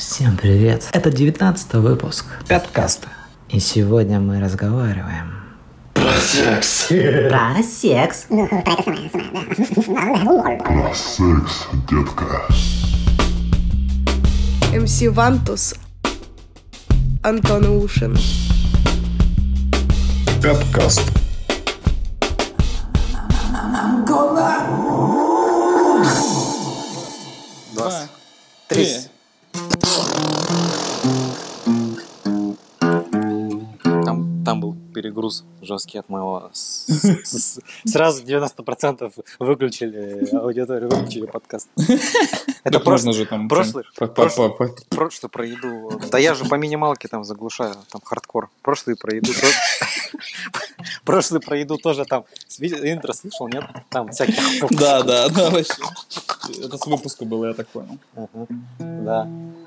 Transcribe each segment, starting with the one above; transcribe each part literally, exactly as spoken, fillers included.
Всем привет! Это девятнадцатый выпуск Подкаста. И сегодня мы разговариваем Про секс. про секс. Про секс, детка. эм си Вантус, Антон Ушин. Подкаст. Два, три. Там, там был перегруз жесткий от моего. С- с- Сразу девяносто процентов выключили аудиторию, выключили подкаст. Это Так можно прошлый, же там прошлый, что-нибудь по- по- по- по- прошлый про еду. Да я же по минималке там заглушаю, там хардкор. Прошлый про еду. то- Прошлый про еду тоже там. с ви- Интро слышал, нет? Там всяких. Да, да, да, вообще. Это с выпуска было, я так понял. Ага, да.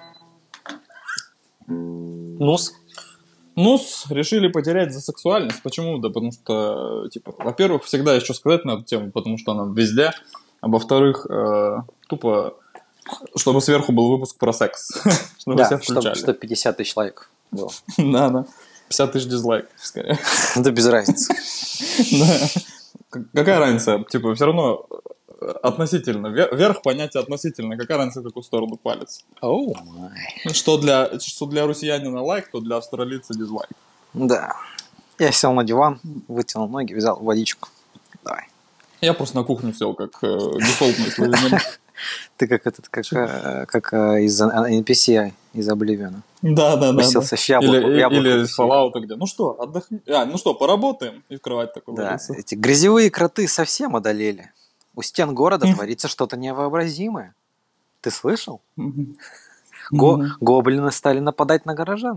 Нус. Ну, с- решили потерять за сексуальность. Почему? Да потому что, типа, во-первых, всегда есть что сказать на эту тему, потому что она везде. А во-вторых, э, тупо, чтобы сверху был выпуск про секс. Чтобы Да, все чтобы включали. что пятьдесят тысяч лайков было. Да, да. пятьдесят тысяч дизлайков, скорее. Да без разницы. Да. К- Какая разница? Типа, все равно э, относительно. Ве- Вверх понятие относительно. Какая разница, в какую сторону палец? Оу май. Что для, что для россиянина лайк, то для австралийца дизлайк. Да. Я сел на диван, вытянул ноги, взял водичку. Давай. Я просто на кухне сел, как э, дефолтный славянин. Ты как этот, как, э, как э, из эн пи си из Обливиона. Да, да, да. Уселся да. с яблоком- Или, яблоком или из посидел. Fallout где. Ну что, отдохни. А, ну что, поработаем? И в кровать такой Да, ложится. эти грязевые кроты совсем одолели. У стен города творится что-то невообразимое. Ты слышал? Мгм. Го- Мгм. гоблины стали нападать на горожан.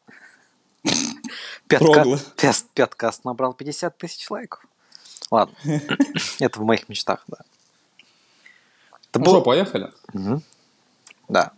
Пятка- Троглы. пяст- Пяткаст набрал пятьдесят тысяч лайков. Ладно. Это в моих мечтах, да. Это Ну был- что, поехали? Мгм. Да.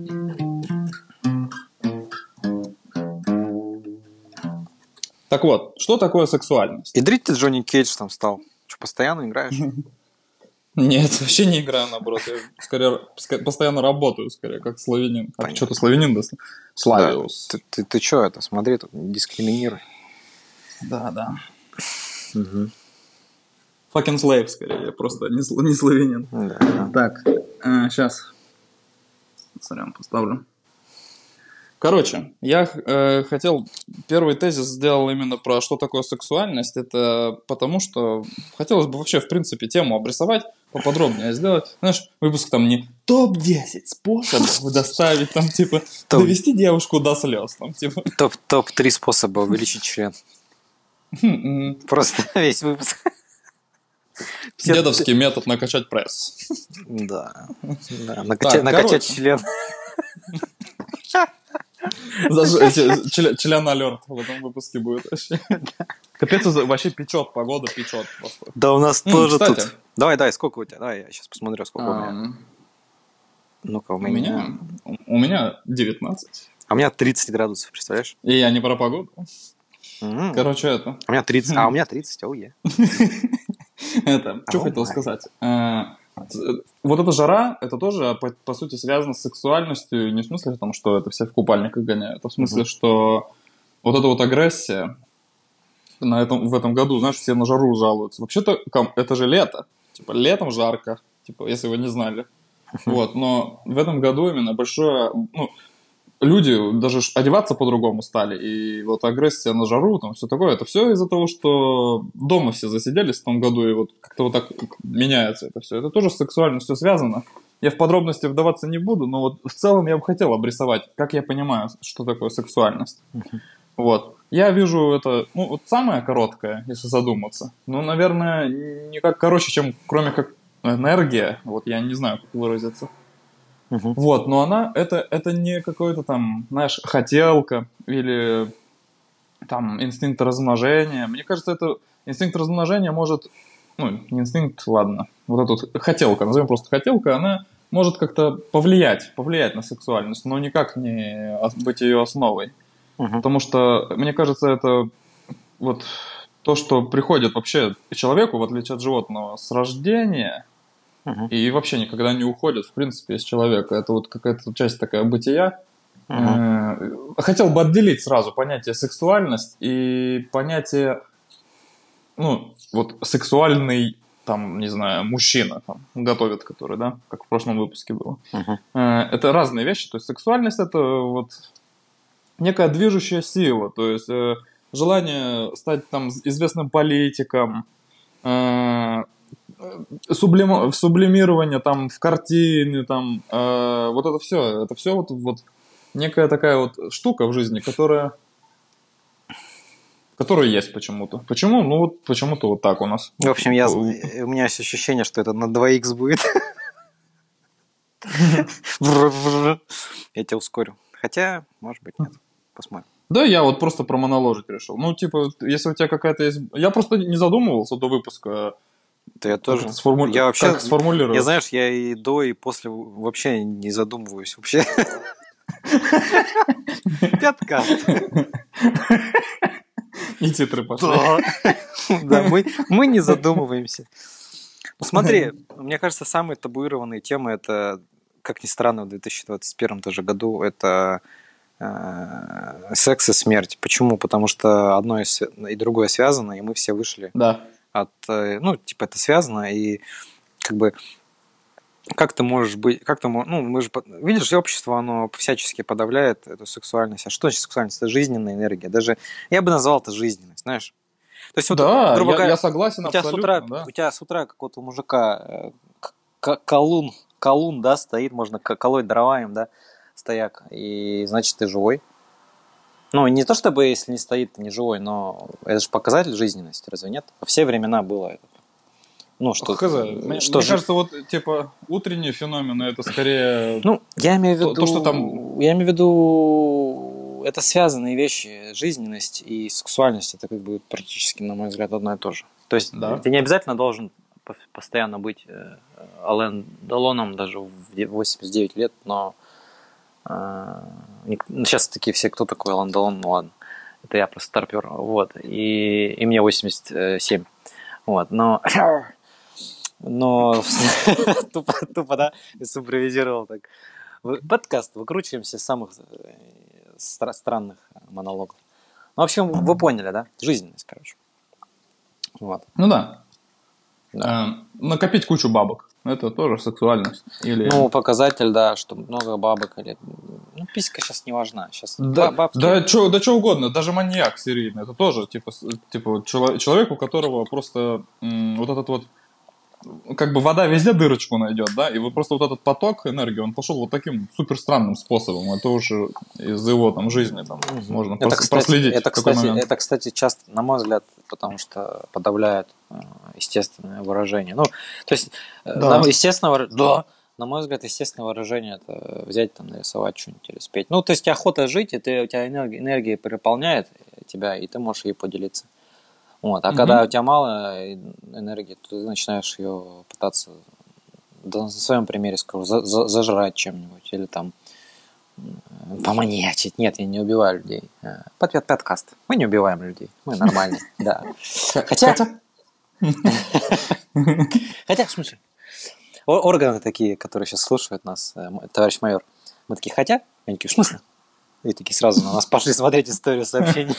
Так вот, что такое сексуальность? И дрить ты Джонни Кейдж там стал. Что, постоянно играешь? Нет, вообще не играю, наоборот. Я скорее ска- постоянно работаю, скорее, как славянин. А Понятно. что ты славянин, да? Славиус. Ты, ты, ты что это? Смотри, тут не дискриминируй. Да, да. Мгм. Fucking slave, скорее. Я просто не, сл- не славянин. Да, да. Так, сейчас. Сорян, поставлю. Короче, я э, хотел... Первый тезис сделал именно про что такое сексуальность. Это потому, что хотелось бы вообще, в принципе, тему обрисовать, поподробнее сделать. Знаешь, выпуск там не топ десять способов доставить, там, типа, Топ- довести девушку до слез, там, типа. Топ, топ-три способа увеличить член. М-м. Просто весь выпуск. Все- Дедовский метод накачать пресс. Да. Да, накачать, Так, накачать короче. член. Заж- эти- член- Член алерт в этом выпуске будет вообще. Капец, вообще печет, погода печет просто. Да у нас М, тоже кстати. тут. Давай, давай, сколько у тебя? Давай, я сейчас посмотрю, сколько у меня. Ам, Ну-ка, у У меня. меня, у меня девятнадцать. А у меня тридцать градусов, представляешь? И я не про погоду. М. Короче, это... У меня тридцать. А у меня тридцать, оу е. Это, что О, хотел май. сказать. Э, Вот эта жара, это тоже, по, по сути, связано с сексуальностью. Не в смысле, там, что это все в купальниках гоняют, а в смысле, Мгм. что вот эта вот агрессия на этом, в этом году, знаешь, все на жару жалуются. Вообще-то, кам- это же лето. Типа, летом жарко, типа, если вы не знали. Вот, но в этом году именно большое... Ну, люди даже ш- одеваться по-другому стали. И вот агрессия на жару, там все такое, это все из-за того, что дома все засиделись в том году, и вот как-то вот так меняется это все. Это тоже с сексуальностью связано. Я в подробности вдаваться не буду, но вот в целом я бы хотел обрисовать, как я понимаю, что такое сексуальность. Вот. Я вижу это, ну, вот самое короткое, если задуматься. Ну, наверное, никак короче, чем кроме как энергия. Вот я не знаю, как выразиться. Мгм. Вот, но она, это, это не какой-то там, знаешь, хотелка или там инстинкт размножения. Мне кажется, это инстинкт размножения может, ну, не инстинкт, ладно, вот эта вот хотелка, назовем просто хотелка, она может как-то повлиять, повлиять на сексуальность, но никак не ос- быть ее основой. Мгм. Потому что, мне кажется, это вот то, что приходит вообще к человеку, в отличие от животного, с рождения, Мгм. и вообще никогда не уходят, в принципе, из человека. Это вот какая-то часть такая бытия. Мгм. Э, Хотел бы отделить сразу понятие сексуальность и понятие, ну, вот сексуальный, там, не знаю, мужчина, там, готовит, который, да, как в прошлом выпуске было. Мгм. Э, Это разные вещи. То есть сексуальность — это вот некая движущая сила. То есть э, желание стать там известным политиком, э, сублим- сублимирование там в картины, там, э, вот это все, это все вот, вот некая такая вот штука в жизни, которая, которая есть почему-то. Почему? Ну вот почему-то вот так у нас. В общем, я, У- у меня есть ощущение, что это на два икс будет. Я тебя ускорю. Хотя, может быть, нет. Посмотрим. Да, я вот просто промоноложить решил. Ну, типа, если у тебя какая-то есть... Я просто не задумывался до выпуска, Да я как, тоже. это сформу- Я вообще, как сформулировать. я знаешь, я и до, и после вообще не задумываюсь. Вообще. Пяткаст. И титры пошли. Да, мы, мы не задумываемся. Ну, смотри, мне кажется, самые табуированные темы это, как ни странно, в две тысячи двадцать первом тоже году это э, секс и смерть. Почему? Потому что одно и, свя- и другое связано, и мы все вышли Да. от... э, Ну, типа, это связано, и как бы как ты можешь быть... Как ты мо- ну, мы же... по- Видишь, общество, оно всячески подавляет эту сексуальность. А что значит сексуальность? Это жизненная энергия. Даже я бы назвал это жизненность, знаешь? То есть, вот, Да, грубо я, говоря, я согласен у тебя с абсолютно, утра, да. у тебя с утра какого-то мужика э, к- к- колун, колун, да, стоит, можно к- колоть дрова им, да, стояк, и значит ты живой. Ну, не то чтобы, если не стоит, ты не живой, но это же показатель жизненности, разве нет? Во все времена было это. Ну, что... Хз. Мне, что мне жи- кажется, вот, типа, утренние феномены, это скорее... Ну, я имею в То- виду... то, что там- Я имею в виду... Это связанные вещи. Жизненность и сексуальность, это как бы практически, на мой взгляд, одно и то же. То есть Да. ты не обязательно должен по- постоянно быть э, Ален Делоном даже в де- восемьдесят девять лет, но э, ник- ну, сейчас такие все, кто такой Ален Делон, ну ладно. Это я просто старпер. Вот. И, и мне восемьдесят семь. Вот. Но... Но тупо, тупо, да, симпровизировал так. В- Подкаст, выкручиваемся из самых э, стра- странных монологов. Ну, в общем, вы поняли, да? Жизненность, короче. Вот. Ну да. Да. Э, накопить кучу бабок. Это тоже сексуальность. Или... Ну, показатель, да, что много бабок или... Ну, писька сейчас не важна. Сейчас Да, бабки... да, чё, да что угодно, даже маньяк серийный, это тоже типа, с- типа вот чело- человек, у которого просто м, вот этот вот, как бы вода везде дырочку найдет, да, и вот просто вот этот поток энергии, он пошел вот таким супер странным способом, это уже из его там жизни там можно Это, прос- кстати, проследить. это, в какой кстати, момент. это, кстати, часто, на мой взгляд, потому что подавляет э, естественное выражение. Ну, то есть, э, Да. на- естественное выра- да. На мой взгляд, естественное выражение это взять, там, нарисовать что-нибудь или спеть. Ну, то есть, охота жить, и ты, у тебя энергия, энергия переполняет тебя, и ты можешь ей поделиться. Вот. А Мгм. когда у тебя мало энергии, то ты начинаешь ее пытаться, да, на своем примере скажу, за- за- зажрать чем-нибудь или там м, поманьячить. Нет, я не убиваю людей. Э, Под пят- подкаст. Мы не убиваем людей. Мы нормальные. Да. Хотя... Хотя, в смысле, о- органы такие, которые сейчас слушают нас, э, м- товарищ майор, мы такие, хотя? Они такие, в смысле? И такие сразу на нас пошли смотреть историю сообщений.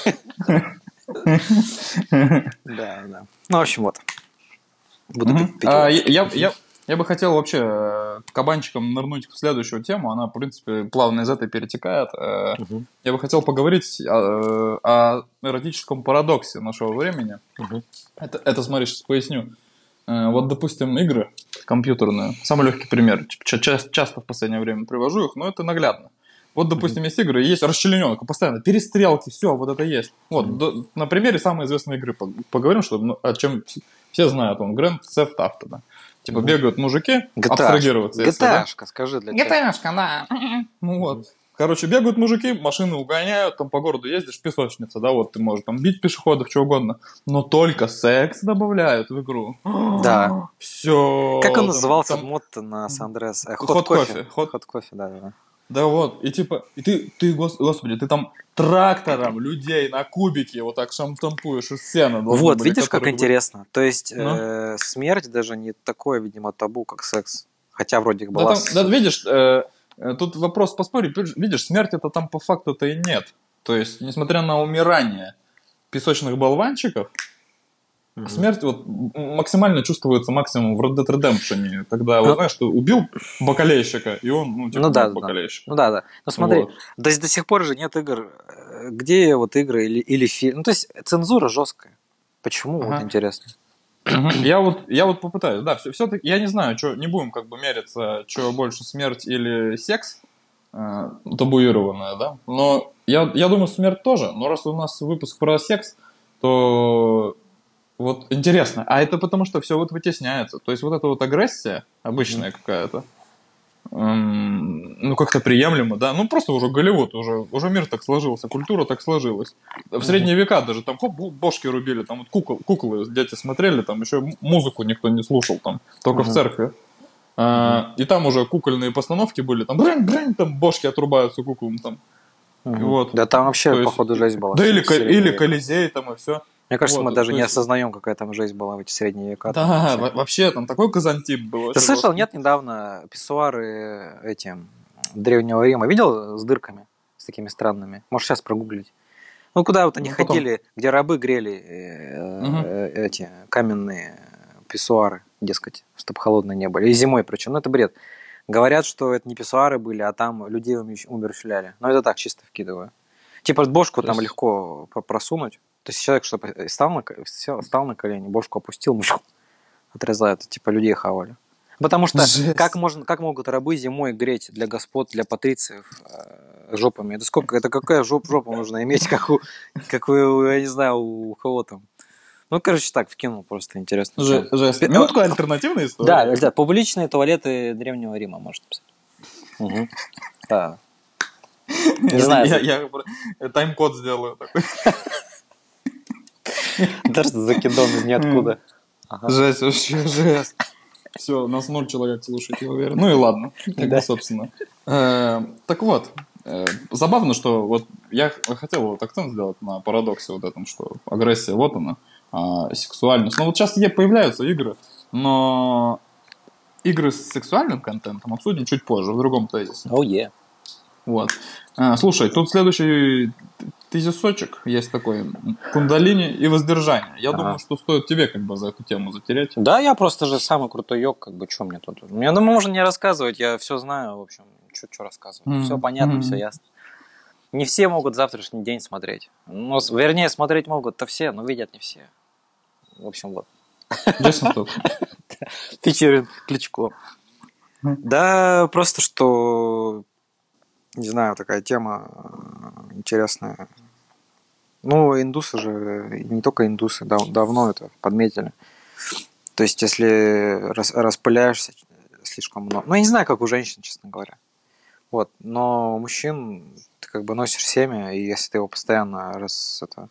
Да, да. Ну, в общем, вот. Буду Мгм. пить- пить А, водочку. я, я, я бы хотел вообще э, кабанчиком нырнуть в следующую тему. Она, в принципе, плавно из этой перетекает. Э, Мгм. Я бы хотел поговорить о, о эротическом парадоксе нашего времени. Мгм. Это, это смотри, сейчас поясню. Э, Вот, допустим, игры компьютерные. Самый легкий пример. Ча- ча- часто в последнее время привожу их, но это наглядно. Вот, допустим, есть игры, есть расчлененка, постоянно перестрелки, все, вот это есть. Вот, до- на примере самой известной игры пог- поговорим, чтобы, ну, о чем все знают, он Grand Theft Auto, да. Типа бегают мужики, абстрагироваться. если, да. ГТАшка, скажи для тебя. ГТАшка, да. Ну вот. Короче, бегают мужики, машины угоняют, там по городу ездишь, песочница, да, вот ты можешь там бить пешеходов, что угодно. Но только секс добавляют в игру. Да. Все. Как он назывался мод на Сан-Андреас? Э, Хот Хот кофе. кофе. Хот- Хот кофе, да, да. Да вот, и типа, и ты, ты гос- господи, ты там трактором людей на кубики вот так шамтампуешь из сена. должно Вот, были, видишь, как которые были- интересно. То есть Ну? э, смерть даже не такое, видимо, табу, как секс. Хотя вроде Да, была... там, да, видишь, э, э, тут вопрос поспорить. Видишь, смерть это там по факту-то и нет. То есть, несмотря на умирание песочных болванчиков, Мгм. смерть вот м- максимально чувствуется максимум в Red Dead Redemption, когда, Ну. вот знаешь, ты убил бокалейщика, и он, ну, типа, Ну да, нет да, да. бокалейщика. Ну да, да. Ну смотри, Вот. то есть до сих пор же нет игр, э, где вот игры или, или фильм. Ну то есть цензура жесткая. Почему? Вот Ага. интересно. Мгм. Я вот, я вот попытаюсь, да, все, все-таки, я не знаю, что, не будем как бы мериться, что больше, смерть или секс, э, табуированное, да, но я, я думаю, смерть тоже, но раз у нас выпуск про секс, то вот интересно, а это потому, что все вот вытесняется, то есть вот эта вот агрессия обычная mm-hmm. какая-то, эм, ну как-то приемлемо, да, ну просто уже Голливуд, уже, уже мир так сложился, культура так сложилась. В средние века даже там хоп, бошки рубили, там вот кукол, куклы дети смотрели, там еще музыку никто не слушал, там только uh-huh. в церкви. Uh-huh. А, и там уже кукольные постановки были, там брань-брань, там бошки отрубаются куклам там. Uh-huh. Вот. Да там вообще, есть, походу, жесть была. Да или, или Колизей там и все. Мне кажется, вот, мы даже не есть... осознаем, какая там жизнь была в эти средние века. Да, там, вообще. вообще там такой казантип был. Ты слышал, нет, недавно писсуары эти Древнего Рима видел с дырками, с такими странными? Можешь сейчас прогуглить. Ну, куда вот они ну, ходили, потом... где рабы грели э, угу. э, эти каменные писсуары, дескать, чтобы холодные не были. И зимой причем. Ну, это бред. Говорят, что это не писсуары были, а там людей умерщвляли. Но это так, чисто вкидываю. Типа бошку там есть... легко просунуть. То есть человек, чтобы стал на, стал на колени, бошку опустил, отрезает, типа людей хавали. Потому что как, можно, как могут рабы зимой греть для господ, для патрициев э, жопами? Это сколько? Это какая жоп, жопа нужно иметь, как у, как у, я не знаю, у кого там? Ну, короче, так, вкинул, просто интересно. Ж, жесть. Минутку альтернативная история. Да, да, публичные туалеты Древнего Рима, может написать. Угу. Да. Не знаю. Я, я, я тайм-код сделаю такой. Даже закидон из ниоткуда. Ага. Жесть, вообще жесть. Все, нас ноль человек слушает, я уверен. Ну и ладно, как да. бы, собственно. Э, так вот, э, забавно, что вот я хотел вот акцент сделать на парадоксе вот этом, что агрессия вот она, а сексуальность. Ну вот сейчас появляются игры, но игры с сексуальным контентом обсудим чуть позже, в другом тезисе. Oh yeah. Вот. А, слушай, тут следующий тезисочек есть такой. Кундалини и воздержание. Я ага. думаю, что стоит тебе как бы за эту тему затереть. Да, я просто же самый крутой йог, как бы, что мне тут? Мне, думаю, можно не рассказывать, я все знаю, в общем, что рассказывать. Mm-hmm. Все понятно, mm-hmm. все ясно. Не все могут завтрашний день смотреть. Ну, вернее, смотреть могут-то все, но видят не все. В общем, вот. Джейсон тут. Фичеринг Кличко. Да, просто что... Не знаю, такая тема интересная. Ну, индусы же, не только индусы, дав- давно это подметили. То есть, если рас- распыляешься слишком много... Ну, я не знаю, как у женщин, честно говоря. Вот. Но у мужчин ты как бы носишь семя, и если ты его постоянно раз, это,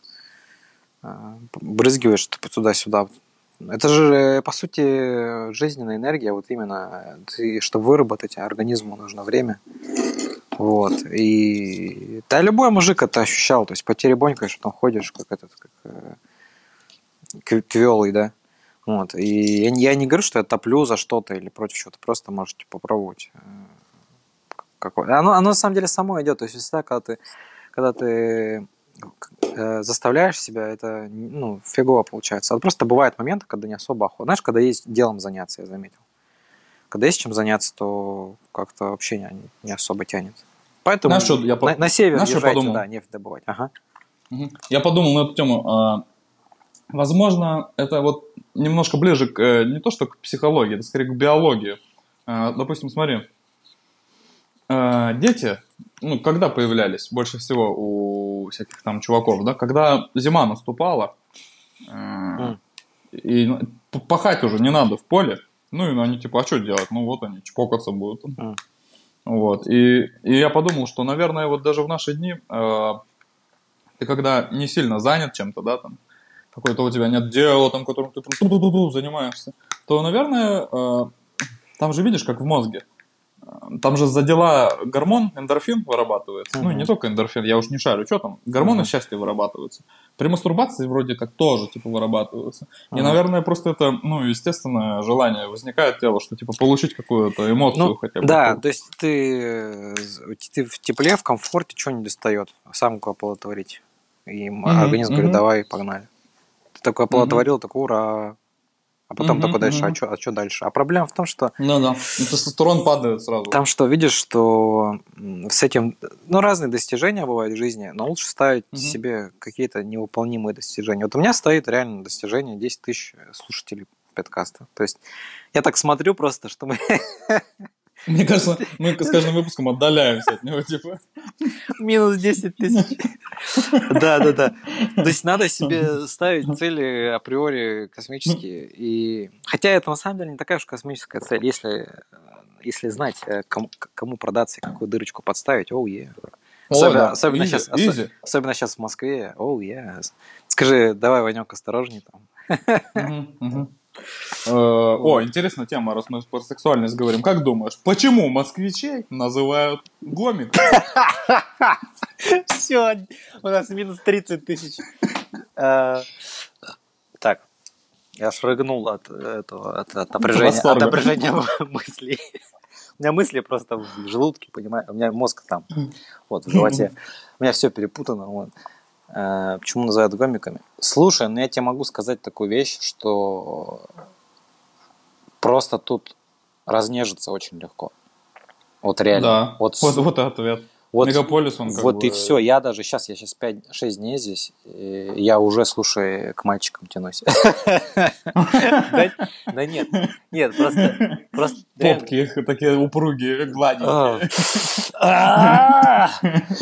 брызгиваешь туда-сюда... Это же, по сути, жизненная энергия. Вот именно, ты, чтобы выработать, организму нужно время. Вот. И да, любой мужик это ощущал. То есть потеребонькаешь, потом ходишь, как этот, как э, квелый, да. Вот. И я, я не говорю, что я топлю за что-то или против чего-то. Просто можете попробовать. Какое. Оно, оно на самом деле само идет. То есть всегда, когда ты, когда ты э, заставляешь себя, это ну, фигово получается. А просто бывают моменты, когда не особо охота. Знаешь, когда есть делом заняться, я заметил. Когда есть чем заняться, то как-то вообще не, не особо тянет. Поэтому знаешь, что, я на, на север знаешь, езжайте, да, нефть добывать. Ага. Угу. Я подумал на эту тему. Возможно, это вот немножко ближе к, не то что к психологии, это скорее к биологии. Допустим, смотри, дети, ну, когда появлялись больше всего у всяких там чуваков, да, когда зима наступала, mm. и пахать уже не надо в поле, ну, и они типа, а что делать? Ну, вот они, чпокаться будут. Mm. Вот. И, и я подумал, что, наверное, вот даже в наши дни э, ты когда не сильно занят чем-то, да, там, какое-то у тебя нет дела, там, которым ты занимаешься, то, наверное, э, там же видишь, как в мозге, там же за дела гормон, эндорфин вырабатывается. Мгм. Ну, не только эндорфин, я уж не шарю, что там. Гормоны Мгм. счастья вырабатываются. При мастурбации вроде как тоже, типа, вырабатываются. И, Мгм. наверное, просто это, ну, естественное желание возникает тело, что, типа, получить какую-то эмоцию Ну, хотя бы. да, то есть ты, э, з- ты в тепле, в комфорте, чего не достает, самку оплодотворить. И м- Мгм, организм говорит, мгм. давай, погнали. Ты такой оплодотворил, такой, ура. А потом Мгм, такой дальше, а мгм. что а чё дальше? А проблема в том, что Ну да. И тестостерон падает сразу. там что, видишь, что м, с этим, ну, разные достижения бывают в жизни, но лучше ставить Мгм. себе какие-то невыполнимые достижения. Вот у меня стоит реально достижение десять тысяч слушателей подкаста. То есть я так смотрю просто, что мы Мне кажется, мы с каждым выпуском отдаляемся от него, типа. минус десять тысяч. Да, да, да. То есть надо себе ставить цели априори космические. И... Хотя это на самом деле не такая уж космическая цель, если, если знать, э, кому, кому продаться и какую дырочку подставить. Оу, е. О, Особенно, да. особенно, Изи, сейчас, изи. особенно сейчас в Москве. Оу, yes. Скажи, давай, Ванек, осторожней там. Мгм, мгм. Э, О, интересная тема, раз мы про сексуальность говорим. Как думаешь, почему москвичей называют гомиками? Все, у нас минус тридцать тысяч. Э, Так, я шрыгнул от этого, от, от напряжения, от восторга. напряжения мыслей. У меня мысли просто в желудке, понимаешь? У меня мозг там, вот, в животе. У меня все перепутано. Вот. Э, Почему называют гомиками? Слушай, ну я тебе могу сказать такую вещь, что просто тут разнежиться очень легко. Вот реально. Да, Вот, вот, с- вот ответ. вот, Мегаполис, он как вот бы... и все. Я даже сейчас, я сейчас пять-шесть дней здесь, и я уже, слушай, к мальчикам тянусь. Да да нет, нет, просто... просто реально. Попки их такие упругие, А. гладенькие. А!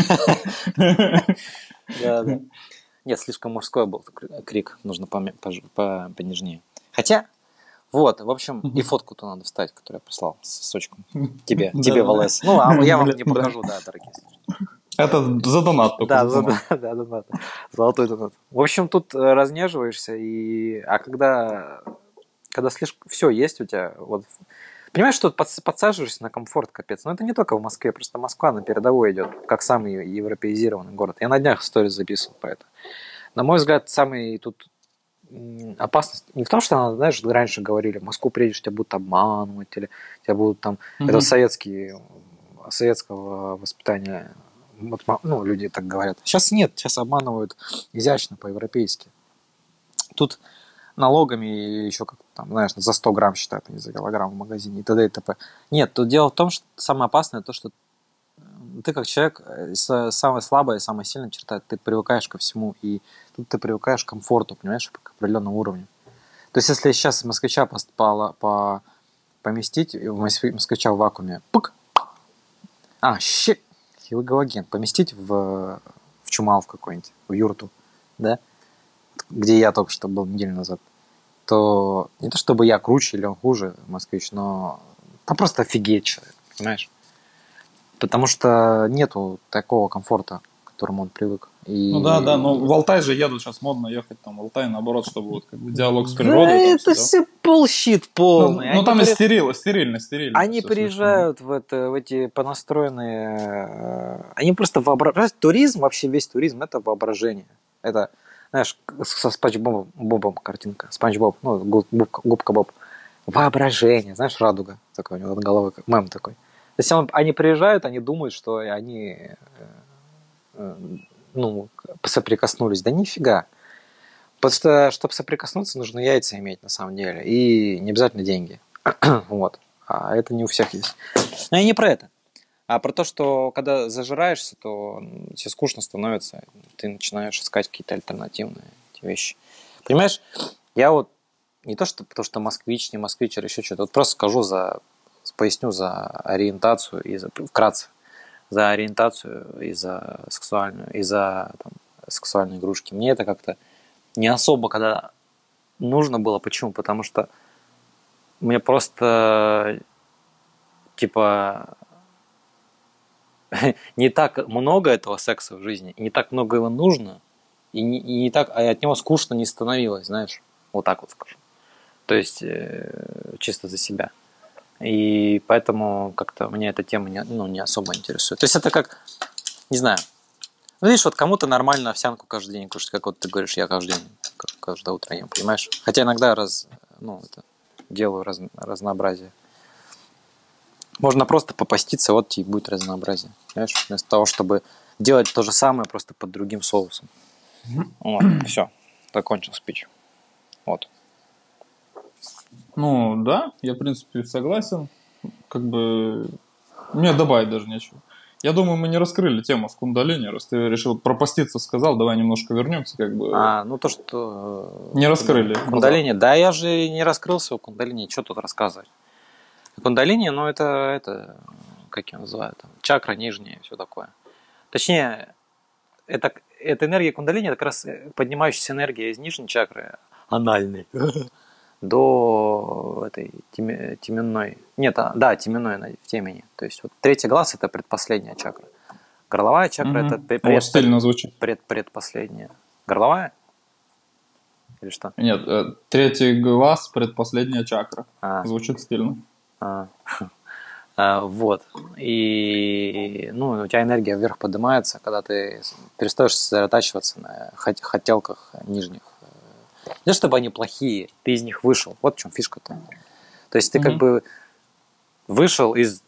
Да, да. Нет, слишком мужской был крик, нужно поме- пож- по- понежнее. Хотя, вот, в общем, и фотку-то надо вставить, которую я прислал с сосочком. Тебе, Да, тебе да, в да. ЛС. Ну, а я вам Бля, не да. покажу, да, дорогие слушатели. Это за донат только. Да, за за- донат. да, да, донат. Золотой донат. В общем, тут э, разнеживаешься, и... а когда, когда слишком все есть у тебя, вот, понимаешь, что тут подс- подсаживаешься на комфорт, капец. Но это не только в Москве, просто Москва на передовой идет, как самый европеизированный город. Я на днях сторис записывал про это. На мой взгляд, самый тут м, опасность не в том, что надо, знаешь, раньше говорили, в Москву приедешь, тебя будут обманывать, или тебя будут там... Мгм. Это советские, советского воспитания, вот, ма- ну, люди так говорят. Сейчас нет, сейчас обманывают изящно, по-европейски. Тут налогами и еще как-то там, знаешь, за сто грамм считают, а не за килограмм в магазине и т.д. и т.п. Нет, тут дело в том, что самое опасное то, что ты как человек, э, с- самая слабая и самая сильная черта, ты привыкаешь ко всему, и тут ты привыкаешь к комфорту, понимаешь, к определенному уровню. То есть, если сейчас москвича пос- по, по- поместить, в мос- москвича в вакууме, пук, а, щит, here we go again, поместить в, в Чумал в какой-нибудь, в юрту, да, где я только что был неделю назад, то не то чтобы я круче или он хуже, москвич, но там просто офигеть человек, понимаешь? Потому что нету такого комфорта, к которому он привык. И... Ну да, да, но в Алтай же едут сейчас модно ехать там в Алтай, наоборот, чтобы вот как бы диалог с Да природой. там это всё, все полщит да. полный. Ну, Они ну, там и при- стерильно, стерильно, стерильно. Они всё слишком. приезжают в, это, в эти понастроенные... э, Они просто воображают... Туризм, вообще весь туризм, это воображение. Это, знаешь, со Спанч Бобом, Бобом картинка. Спанч Боб, ну, губ- губка, губка Боб. Воображение, знаешь, радуга. Такой у него над головой, как мем такой. То есть он- они приезжают, они думают, что они... э, э, ну, соприкоснулись. Да нифига. Потому что, чтобы соприкоснуться, нужно яйца иметь на самом деле. И не обязательно деньги. Вот. А это не у всех есть. Но и не про это. А про то, что когда зажираешься, то тебе скучно становится. Ты начинаешь искать какие-то альтернативные эти вещи. Понимаешь, я вот не то, что потому что москвич, не москвич или еще что-то. Вот просто скажу за... Поясню за ориентацию и за... Вкратце. За ориентацию и за сексуальную, и за там, сексуальные игрушки. Мне это как-то не особо когда нужно было. Почему? Потому что мне просто типа не так много этого секса в жизни, и не так много его нужно, и не, и не так, а от него скучно не становилось, знаешь, вот так вот скажу. То есть э, чисто за себя. И поэтому как-то меня эта тема не, ну, не особо интересует. То есть это как, не знаю, ну, видишь, вот кому-то нормально овсянку каждый день кушать, как вот ты говоришь, я каждый день, каждое утро ем, понимаешь? Хотя иногда раз, ну, это, делаю раз, разнообразие. Можно просто попаститься, вот тебе будет разнообразие, понимаешь? Вместо того, чтобы делать то же самое, просто под другим соусом. Вот, все, закончил спич. Вот. Ну, да, я, в принципе, согласен. Как бы... Мне добавить даже нечего. Я думаю, мы не раскрыли тему с кундалини, раз ты решил пропаститься, сказал, давай немножко вернемся, как бы... А, ну то, что... Не раскрыли. Кундалини, да, я же не раскрыл свою кундалини, что тут рассказывать? Кундалини, ну это, это, как ее называют, там, чакра нижняя и все такое. Точнее, это, это энергия кундалини, это как раз поднимающаяся энергия из нижней чакры, анальной, до этой теменной. Нет, а, да, теменной в темени. То есть вот третий глаз это предпоследняя чакра. Горловая чакра угу. это пред, вот стильно звучит. Пред, предпоследняя. Горловая? Или что? Нет, э, третий глаз предпоследняя чакра. А. Звучит стильно. А. А, вот. И ну, у тебя энергия вверх поднимается, когда ты перестаешь сосредотачиваться на хотелках нижних. Не чтобы они плохие, ты из них вышел. Вот в чем фишка-то. То есть ты mm-hmm. как бы вышел из,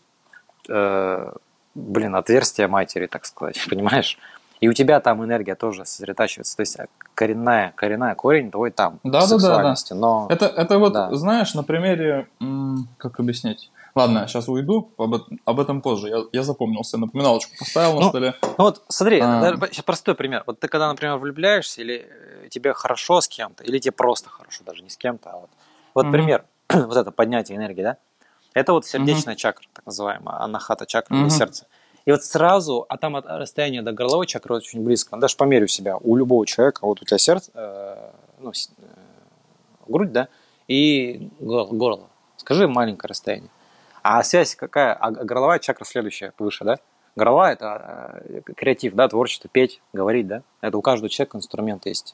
э, блин, отверстия матери, так сказать, понимаешь? И у тебя там энергия тоже сосредотачивается. То есть коренная, коренная корень твой там. Да, да, да, да. Но... Это, это вот, да. знаешь, на примере, как объяснить? Ладно, сейчас уйду, об, об этом позже. Я, я запомнился, напоминалочку поставил на ну, столе. Ну вот смотри, а... сейчас простой пример. Вот ты когда, например, влюбляешься, или тебе хорошо с кем-то, или тебе просто хорошо, даже не с кем-то, а вот. Вот угу. пример, вот это поднятие энергии, да? Это вот сердечная угу. чакра, так называемая, анахата чакра, угу. или сердце. И вот сразу, а там от расстояния до горловой чакры очень близко. Даже померю себя, у любого человека, вот у тебя сердце, э, ну, э, грудь, да, и горло. Скажи маленькое расстояние. А связь какая? А горловая чакра следующая, выше, да? Горловая – это креатив, да, творчество, петь, говорить, да? Это у каждого человека инструмент есть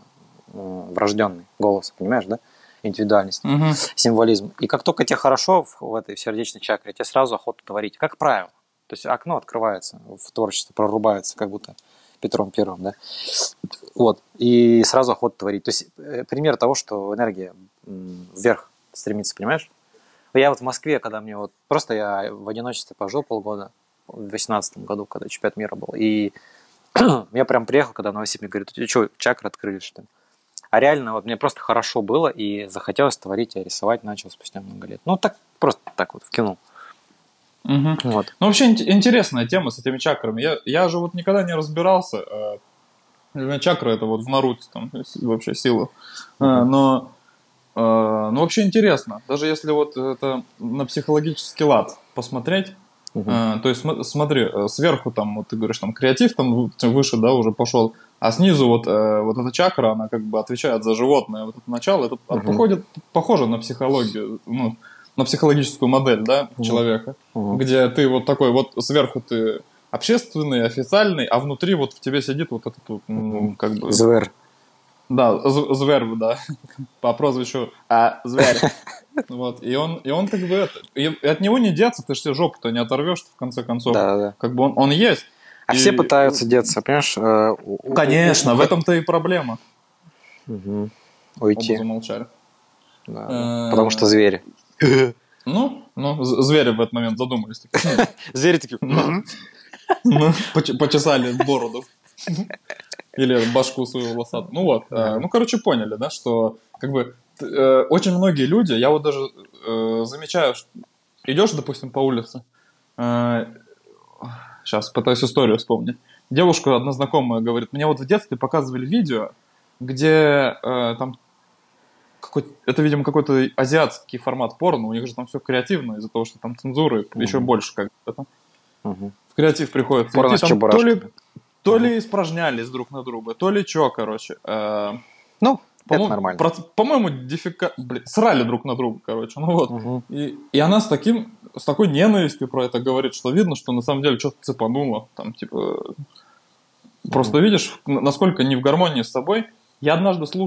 врожденный голос, понимаешь, да? Индивидуальность, угу. символизм. И как только тебе хорошо в этой в сердечной чакре, тебе сразу охота творить, как правило. То есть окно открывается в творчество, прорубается, как будто Петром Первым, да? Вот. И сразу охота творить. То есть пример того, что энергия вверх стремится, понимаешь? Я вот в Москве, когда мне вот... Просто я в одиночестве пожил полгода, в две тысячи восемнадцатом году, когда чемпионат мира был. И я прям приехал, когда в Новосибирск, мне говорят, ты что, чакры открыли, что ли? А реально, вот мне просто хорошо было, и захотелось творить, я рисовать начал спустя много лет. Ну, так, просто так вот вкинул. Угу. Вот. Ну, вообще интересная тема с этими чакрами. Я, я же вот никогда не разбирался. Для меня чакра это вот в Наруто, там, вообще сила. Угу. А, но... Ну, вообще интересно. Даже если вот это на психологический лад посмотреть, угу. э, то есть смотри, сверху там, вот ты говоришь, там креатив там выше, да, уже пошел, а снизу вот, э, вот эта чакра, она как бы отвечает за животное, вот это начало, это угу. походит, похоже на психологию, ну, на психологическую модель, да, угу. человека, угу. где ты вот такой вот сверху ты общественный, официальный, а внутри вот в тебе сидит вот этот вот, ну, как бы... Зверь. Да, зверь, да, по прозвищу а, Зверь. Вот, и он, и он как бы это, и от него не деться, ты же себе жопу-то не оторвешь, в конце концов. Да, да. Как бы он, он есть. А и... все пытаются деться, понимаешь? Конечно, в этом-то и проблема. Угу. Уйти. Оба замолчали. Да, потому что звери. Ну, ну, звери в этот момент задумались. Звери такие... Почесали бороду. Или башку свою волосатую. Ну вот, э, ну, короче, поняли, да, что как бы э, очень многие люди, я вот даже э, замечаю, что идешь, допустим, по улице, э, сейчас пытаюсь историю вспомнить, девушка одна знакомая говорит, мне вот в детстве показывали видео, где э, там, это, видимо, какой-то азиатский формат порно, у них же там все креативно, из-за того, что там цензуры угу. еще больше как-то. Угу. В креатив приходится порно идти, там, то ли... То ли испражнялись друг на друга, то ли что, короче. Э, ну, это нормально. Про, по-моему, дефика... Блин, срали друг на друга, короче. Ну вот. Угу. И, и она с таким, с такой ненавистью про это говорит, что видно, что на самом деле что-то цепануло. Там, типа... Угу. Просто видишь, насколько не в гармонии с собой. Я однажды слушал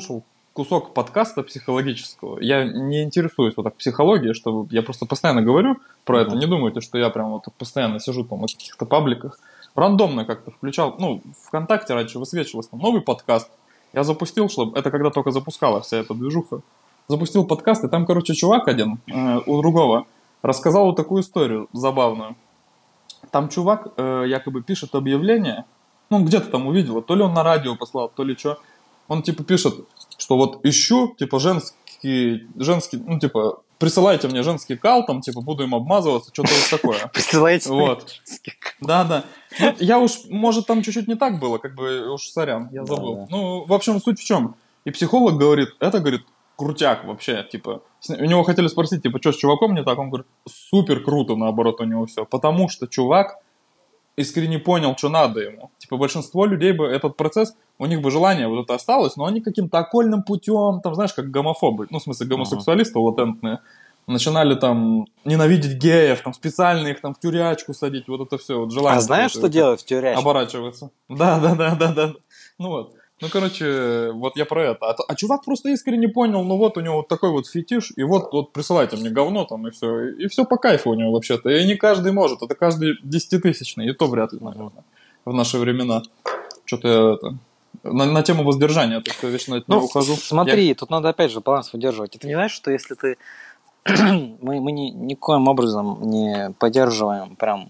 кусок подкаста психологического. Я не интересуюсь вот так психологией, что я просто постоянно говорю про mm-hmm. это. Не думайте, что я прям вот постоянно сижу там в каких-то пабликах. Рандомно как-то включал. Ну, ВКонтакте раньше высвечивался там новый подкаст. Я запустил, чтобы... Это когда только запускалась вся эта движуха. Запустил подкаст, и там, короче, чувак один э, у другого рассказал вот такую историю забавную. Там чувак э, якобы пишет объявление. Ну, где-то там увидел. То ли он на радио послал, то ли что. Он, типа, пишет, что вот ищу, типа, женский... женский, ну, типа, присылайте мне женский кал, там, типа, буду им обмазываться, что-то вот такое. Присылайте вот. женский кал. Да-да. Ну, я уж, может, там чуть-чуть не так было, как бы, уж сорян, я забыл. Да, да. Ну, в общем, суть в чем. И психолог говорит, это, говорит, крутяк вообще, типа. У него хотели спросить, типа, что с чуваком не так? Он говорит, супер круто, наоборот, у него все. Потому что чувак искренне понял, что надо ему. Типа, большинство людей бы этот процесс, у них бы желание вот это осталось, но они каким-то окольным путем, там, знаешь, как гомофобы, ну, в смысле, гомосексуалисты uh-huh. латентные, начинали там ненавидеть геев, там, специально их там в тюрячку садить, вот это все, вот желание. А знаешь, что делать в тюрячке? Оборачиваться. Да-да-да-да-да. Ну вот. Ну, короче, вот я про это. А, а чувак просто искренне понял, ну вот у него вот такой вот фетиш, и вот, вот присылайте мне говно там, и все. И, и все по кайфу у него вообще-то. И не каждый может, это каждый десятитысячный, и то вряд ли, наверное, в наши времена. Что-то я это... На, на тему воздержания, так что вечно от него ну, ухожу. Смотри, я... тут надо опять же баланс выдерживать. Это не значит, что если ты... мы мы ни, никоим образом не поддерживаем прям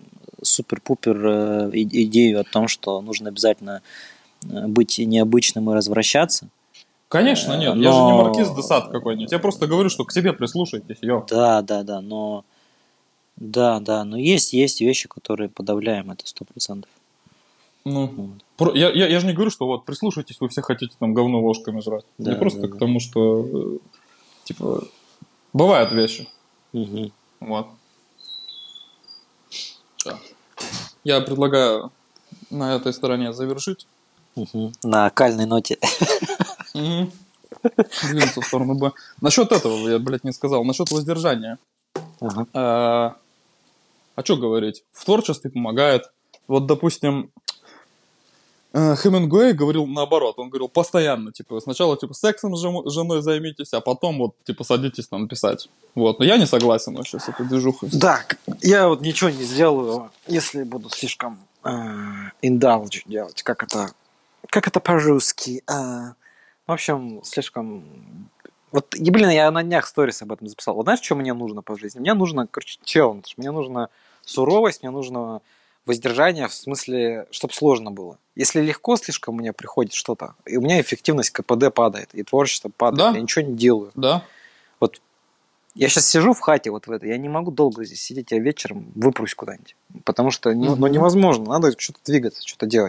супер-пупер идею о том, что нужно обязательно быть необычным и развращаться. Конечно, нет. Но... Я же не маркиз де Сад какой-нибудь. Я просто говорю, что к себе прислушайтесь. Йо. Да, да, да. Но да, да. Но есть, есть вещи, которые подавляем, это сто процентов. Ну, вот. про... я, я, я же не говорю, что вот прислушайтесь, вы все хотите там говно ложками жрать. Да, не просто да, к да. тому, что типа бывают вещи. Угу. Вот. Да. Я предлагаю на этой стороне завершить. Угу. На кальной ноте. Угу. Двинуться в сторону Б. Насчет этого я, блядь, не сказал. Насчет воздержания. Ага. А, а что говорить? В творчестве помогает. Вот, допустим, Хемингуэй говорил наоборот. Он говорил постоянно, типа, сначала, типа, сексом с женой займитесь, а потом, вот, типа, садитесь там писать. Вот. Но я не согласен вообще с этой движухой. Да, я вот ничего не сделаю, если буду слишком э, indulge делать. Как это... Как это по-русски? А, в общем, слишком... Вот, и, блин, я на днях сторис об этом записал. Вот знаешь, что мне нужно по жизни? Мне нужно, короче, челлендж. Мне нужна суровость, мне нужно воздержание, в смысле, чтобы сложно было. Если легко слишком мне приходит что-то, и у меня эффективность ка пэ дэ падает, и творчество падает, да? Я ничего не делаю. Да. Вот я сейчас сижу в хате вот в этой, я не могу долго здесь сидеть, я вечером выпрусь куда-нибудь. Потому что mm-hmm. ну, невозможно, надо что-то двигаться, что-то делать.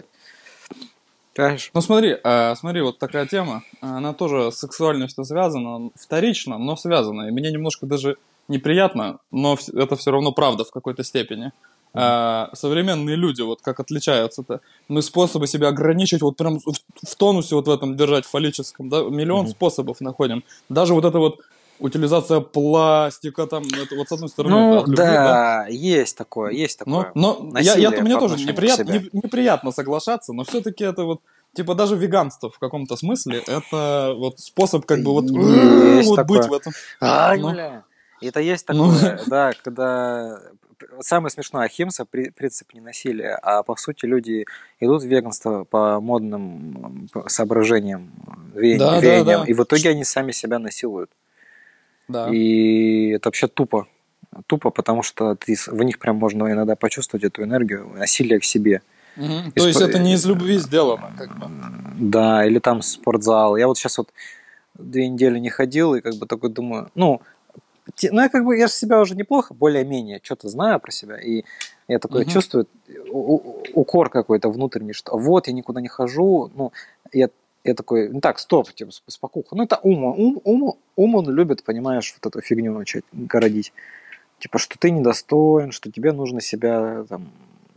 Конечно. Ну смотри, э, смотри, вот такая тема, она тоже с сексуальностью связана, вторично, но связана. И мне немножко даже неприятно, но это все равно правда в какой-то степени. Mm-hmm. Э, современные люди, вот как отличаются-то, мы способы себя ограничить, вот прям в, в тонусе вот в этом держать, фаллическом, да, миллион mm-hmm. способов находим. Даже вот это вот утилизация пластика, там, это вот с одной стороны... Ну, от любви, да, да, есть такое, есть такое. Но, но я, я, мне тоже неприятно, не, неприятно соглашаться, но все-таки это вот, типа, даже веганство в каком-то смысле, это вот способ как бы вот, вот быть в этом. А, ну, бля. Это есть такое, ну, да, когда... Самое смешное, ахимса, принцип ненасилия, а по сути люди идут в веганство по модным соображениям, веяниям, да, да, да. И в итоге они сами себя насилуют. Да. И это вообще тупо. Тупо, потому что ты, в них прям можно иногда почувствовать эту энергию, насилие к себе. Угу. То есть сп... это не из любви сделано, как бы. Да, или там спортзал. Я вот сейчас вот две недели не ходил, и как бы такой думаю, ну, те, ну я как бы, я же себя уже неплохо, более-менее, что-то знаю про себя, и я такое угу. чувствую, у, у, укор какой-то внутренний, что вот, я никуда не хожу, ну, я Я такой, ну так, стоп, типа, спокуха. Ну, это ум, ум, ум, ум он любит, понимаешь, вот эту фигню начать городить. Типа, что ты недостоин, что тебе нужно себя там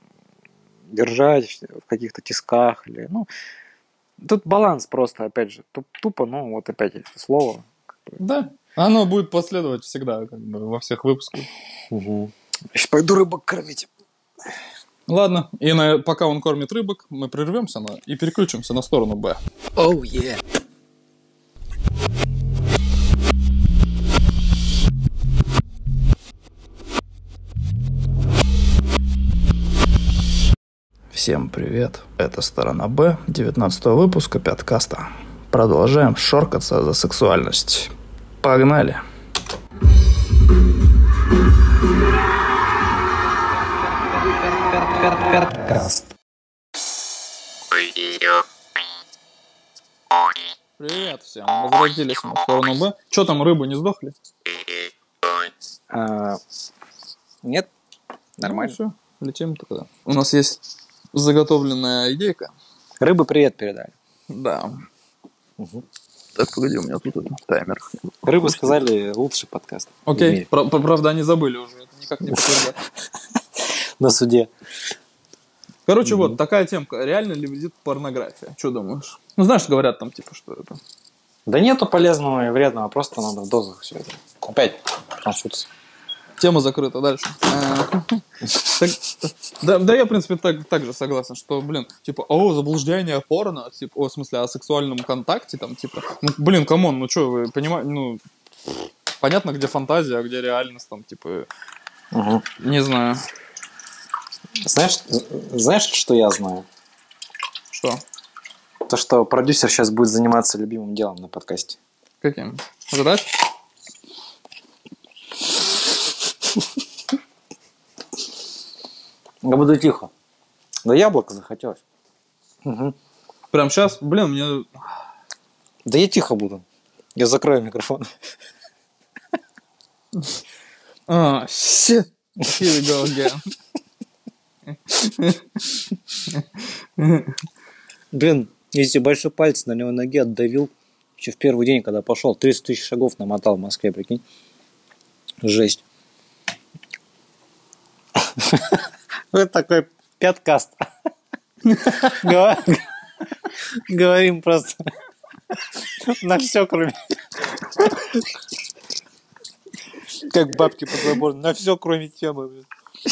держать в каких-то тисках. Или, ну, тут баланс просто, опять же, тупо, ну, вот опять это слово. Да, оно будет последовать всегда, как бы, во всех выпусках. Угу. Сейчас пойду рыбок кормить. Ладно, и на, пока он кормит рыбок, мы прервемся на, и переключимся на сторону Б. Оу, oh, yeah. Всем привет, это сторона Б девятнадцатого выпуска Пяткаста. Продолжаем шоркаться за сексуальность. Погнали! Пяткаст. Привет всем, возвратились мы в сторону Б. Че там, рыбы не сдохли? А, нет, нормально. Ну, все, летим тогда. У нас есть заготовленная идейка. Рыбы привет передали. Да. Угу. Так, погоди, у меня тут таймер. Рыбы сказали лучший подкаст. Окей, Про- правда они забыли уже, это никак не подтверждать. На суде. Короче, вот такая темка. Реально ли вредит порнография? Что думаешь? Ну, знаешь, говорят там, типа, что это... Да нету полезного и вредного, просто надо в дозах все это. Опять консультация. Тема закрыта, дальше. Так, да, да, я, в принципе, так, так же согласен, что, блин, типа, о, заблуждение порно, типа, о, в смысле, о сексуальном контакте, там, типа, ну, блин, камон, ну, что, вы понимаете, ну, понятно, где фантазия, а где реальность, там, типа, Угу. не знаю. Знаешь, знаешь, что я знаю? Что? То, что продюсер сейчас будет заниматься любимым делом на подкасте. Каким? Задать? Я буду тихо. Да яблоко захотелось. Угу. Прям сейчас, блин, мне... Да я тихо буду. Я закрою микрофон. А, shit. Here we go again. Блин, если большой палец на него ноги отдавил, еще в первый день, когда пошел, тридцать тысяч шагов намотал в Москве, прикинь. Жесть. Вот такой пяткаст. Говорим просто на все, кроме... Как бабки под забором. На все, кроме темы.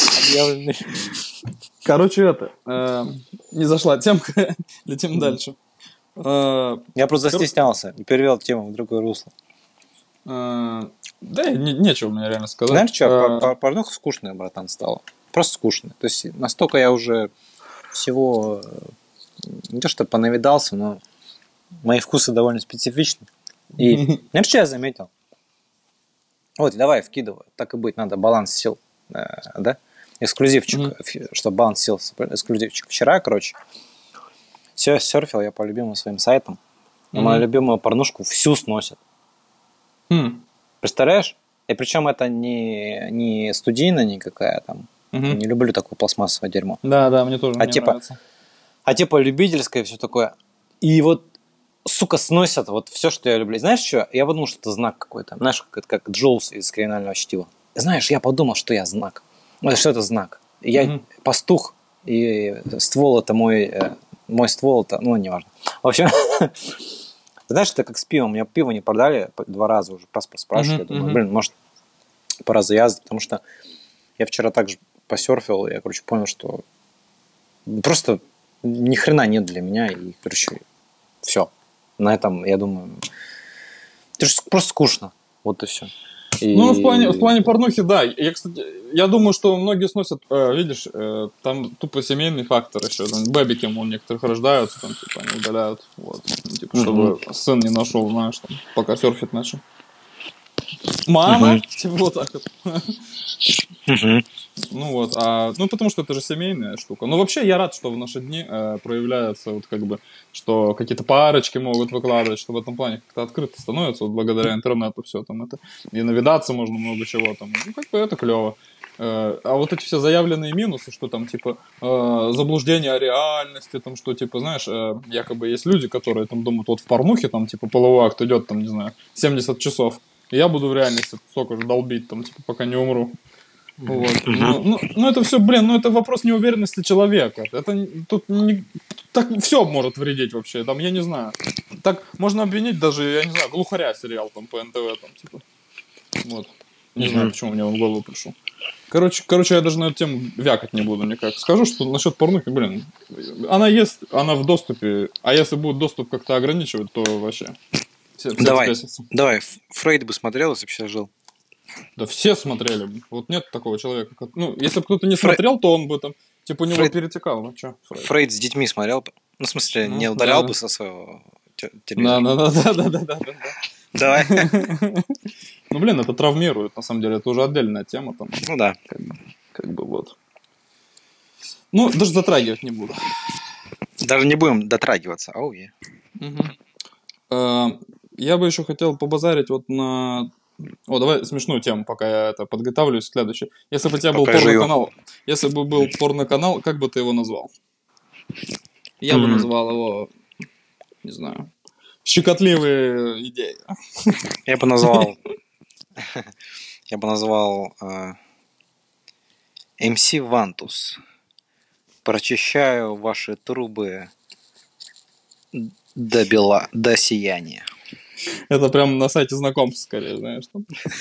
Короче, это... э, не зашла темка. Летим дальше. Э, Я просто застеснялся и перевел тему в другое русло. э, да, не- нечего мне реально сказать. Знаешь что, Э, порнуха скучная, братан, стала. Просто скучная. То есть настолько я уже всего э, не то что понавидался, но мои вкусы довольно специфичны. И знаешь, что я заметил? Вот, давай, вкидываю. Так и быть, надо баланс сил. э, Да? Эксклюзивчик, Мгм. чтобы баланс сил, эксклюзивчик. Вчера, короче, все серфил я по любимым своим сайтам. И мою Мгм. любимую порнушку всю сносят. хм, Представляешь? И причем это не, не студийная никакая там. мгм. Не люблю такое пластмассовое дерьмо. Да, да, мне тоже А не типа- нравится. А типа любительское все такое. И вот, сука, сносят вот все, что я люблю. Знаешь что? Я подумал, что это знак какой-то. Знаешь, как, это как Джоулс из «Криминального чтива». Знаешь, я подумал, что я знак. Ну, что это знак? Я Мгм. пастух, и ствол это мой... э, Мой ствол это... Ну, неважно. В общем... Знаешь, это как с пивом. Мне пиво не продали два раза уже. Паспорт спрашивали. Мгм, Я думаю, мгм. блин, может, пора завязывать. Потому что я вчера также посерфил, и я, короче, понял, что просто ни хрена нет для меня. И, короче, все. На этом, я думаю... Это же просто скучно. Вот и все. Ну, в плане, в плане порнухи, да. Я, кстати, я думаю, что многие сносят, э, видишь, э, там тупо семейный фактор еще. Там бэбики, у некоторых рождаются, там, типа, они удаляют. Вот. Ну, типа, чтобы сын не нашел, знаешь, там, пока серфит начал. Мама! Мгм. Типа вот так вот. Ну вот, а, ну потому что это же семейная штука. Но вообще я рад, что в наши дни э, проявляется вот как бы, что какие-то парочки могут выкладывать, что в этом плане как-то открыто становится, вот благодаря интернету все там это. И навидаться можно много чего там. Ну как бы это клево. Э, а вот эти все заявленные минусы, что там типа э, заблуждение о реальности, там что типа, знаешь, э, якобы есть люди, которые там думают, вот в порнухе там типа половой акт идет там, не знаю, семьдесят часов. И я буду в реальности столько же долбить там, типа, пока не умру. Вот. Ну, ну, ну, это все, блин, ну это вопрос неуверенности человека. Это не- тут не, так все может вредить вообще. Там, я не знаю. Так можно обвинить даже, я не знаю, глухаря сериал там по эн тэ вэ там, типа. Вот. Не знаю, почему мне он в голову пришел. Короче, короче, я даже на эту тему вякать не буду никак. Скажу, что насчет порнухи, блин, она есть, она в доступе. А если будет доступ как-то ограничивать, то вообще все, все Давай, взбесятся. давай, Фрейд бы смотрел, если бы сейчас жил. Да все смотрели. Вот нет такого человека. как- Ну, если бы кто-то не Фрей- смотрел, то он бы там Типа у него Фрейд- перетекал, ну чё? Фрейд. Фрейд с детьми смотрел бы. Ну, в смысле, Ну, не удалял да. бы со своего те- Да, телевизора. да, да, да, да, да, да, Давай. да. Ну, блин, это травмирует, на самом деле, это уже отдельная тема там, Ну да. как бы, как бы вот. Ну, даже затрагивать не буду. Даже не будем дотрагиваться. Оу, е. Мгм. Э, Я бы еще хотел побазарить вот на... О, давай смешную тему, пока я это подготавливаюсь к следующей. Если бы у тебя был Пока я жую. порноканал, если бы был порноканал, как бы ты его назвал? Я бы М. назвал его, не знаю, щекотливые идеи. Я бы назвал... Я бы назвал э, эм си Вантус. Прочищаю ваши трубы до бела, до сияния. Это прям на сайте знакомств, скорее, знаешь. Там.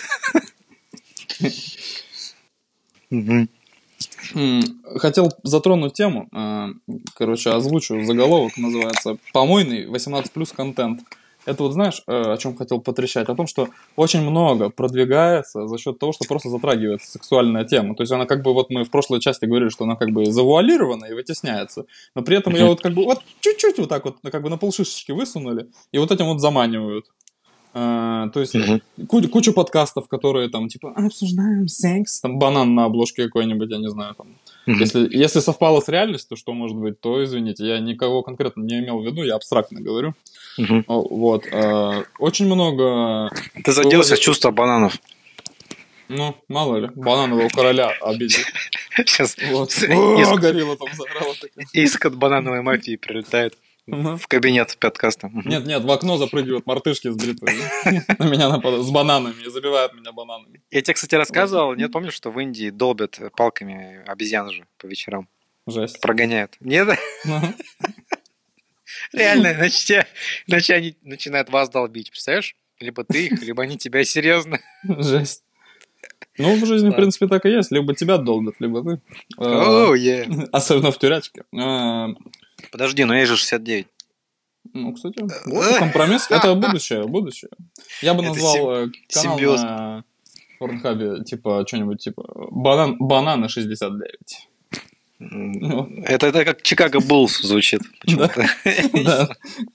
Мгм. М, Хотел затронуть тему, э, короче, озвучу заголовок, называется «Помойный восемнадцать плюс контент». Это вот знаешь, э, о чем хотел потрещать? О том, что очень много продвигается за счет того, что просто затрагивается сексуальная тема. То есть она как бы, вот мы в прошлой части говорили, что она как бы завуалирована и вытесняется, но при этом ее Мгм. вот как бы вот чуть-чуть вот так вот как бы на полшишечки высунули и вот этим вот заманивают. Э, То есть Мгм. ку- куча подкастов, которые там типа обсуждаем секс, там банан на обложке какой-нибудь, я не знаю, там. Мгм. Если, если совпало с реальностью, что может быть, то извините, я никого конкретно не имел в виду, я абстрактно говорю. Мгм. О, Вот. э, Очень много, Ты заделся выводит- в чувство бананов. ну, мало ли, бананового короля обидел. Сейчас Вот. С- О, иск- горилла там заорала такая. иск от банановой мафии прилетает Мгм. в кабинет подкаста. Мгм. Нет, нет, в окно запрыгивают мартышки с бритвой. На меня нападают, с бананами, и забивают меня бананами. Я тебе, кстати, рассказывал, нет, помнишь, что в Индии долбят палками обезьян же по вечерам? Жесть. Прогоняют. Нет? Ну, Реально, иначе, тебя- иначе они начинают вас долбить, представляешь? Либо ты их, либо они тебя серьезно. Жесть. Ну, в жизни, в Да. принципе, так и есть. Либо тебя долбят, либо ты. Э, Оу, е. Особенно в тюрячке. Э, Подожди, но есть же шестьдесят девять. Ну, кстати, вот компромисс. Это будущее, будущее. Я бы Это назвал э, канал симбиоз. на Порнхабе, типа, что-нибудь типа банан, бананы шестьдесят девять. Ну. Это, это как Чикаго Буллс звучит почему-то. Да.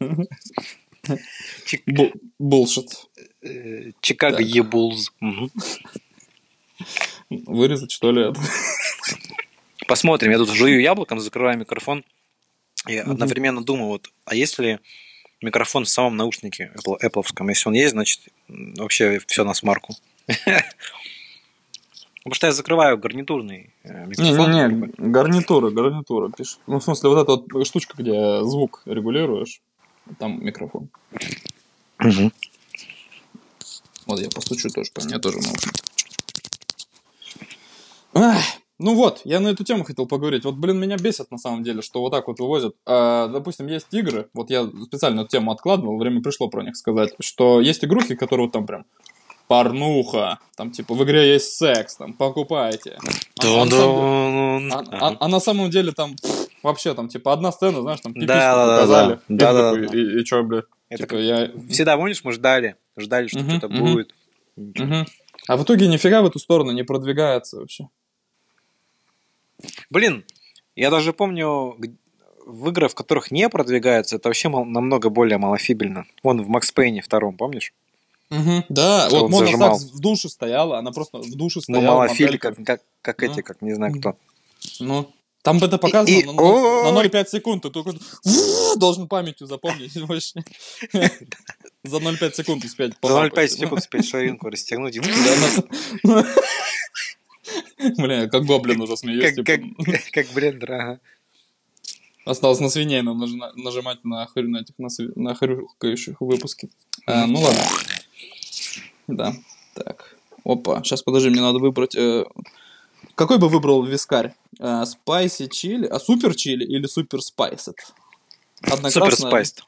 Чик- Бу- Булшит. э, Чикаго Так. Ебулз. Мгм. Вырезать, что ли, это? Посмотрим. Я тут жую яблоком, закрываю микрофон. И Мгм. одновременно думаю, вот, а если микрофон в самом наушнике Apple, Apple'овском, если он есть, значит, м, вообще все на смарку. Потому что я закрываю гарнитурный э, микрофон. Не-не-не, гарнитура, гарнитура пишет. Ну, в смысле, вот эта вот штучка, где звук регулируешь, там микрофон. Мгм. Вот я постучу тоже, по мне тоже могу. Ах, ну вот, я на эту тему хотел поговорить. Вот, блин, меня бесит на самом деле, что вот так вот вывозят. А, допустим, есть игры, вот я специально эту тему откладывал, время пришло про них сказать, что есть игрухи, которые вот там прям порнуха, там типа в игре есть секс, там покупайте. А, а на самом деле- а- а- а на самом деле там пф, вообще там типа одна сцена, знаешь, там пипиську Да-да-да-да. показали. И ты Да-да-да. такой, И, и чё, бля? Это Типа, я... Всегда, помнишь, мы ждали, ждали, что Мгм, что-то мгм. будет. Ничего. Мгм. А в итоге нифига в эту сторону не продвигается вообще. Блин, я даже помню г- в играх, в которых не продвигается, это вообще мал- намного более малофибельно. Вон в Макс Пейне втором, помнишь? Мгм, да, Что вот он Мона зажимал. Сакс в душе стояла, она просто в душе Ну, стояла. малофиль, моделька. как, как, как Ну. эти, как не знаю кто. Ну, там бы это показано И- на, и- на- о-о-о. на ноль целых пять секунд. Ты только должен памятью запомнить вообще. За ноль целых пять секунд успеть За ноль целых пять полапать. секунд успеть ширинку расстегнуть. и- Да, ну- Бля, как гоблин уже смеюсь. Как, типа. как, как брендер, ага. Осталось на свиней надо нажи- нажимать на, хрю- на этих на, сви- на хрюкающих выпуски. А, ну ладно. Да. Так. Опа. Сейчас подожди, мне надо выбрать. э, Какой бы выбрал вискарь? Спайси чили, а супер чили или супер спайсет? Супер спайст.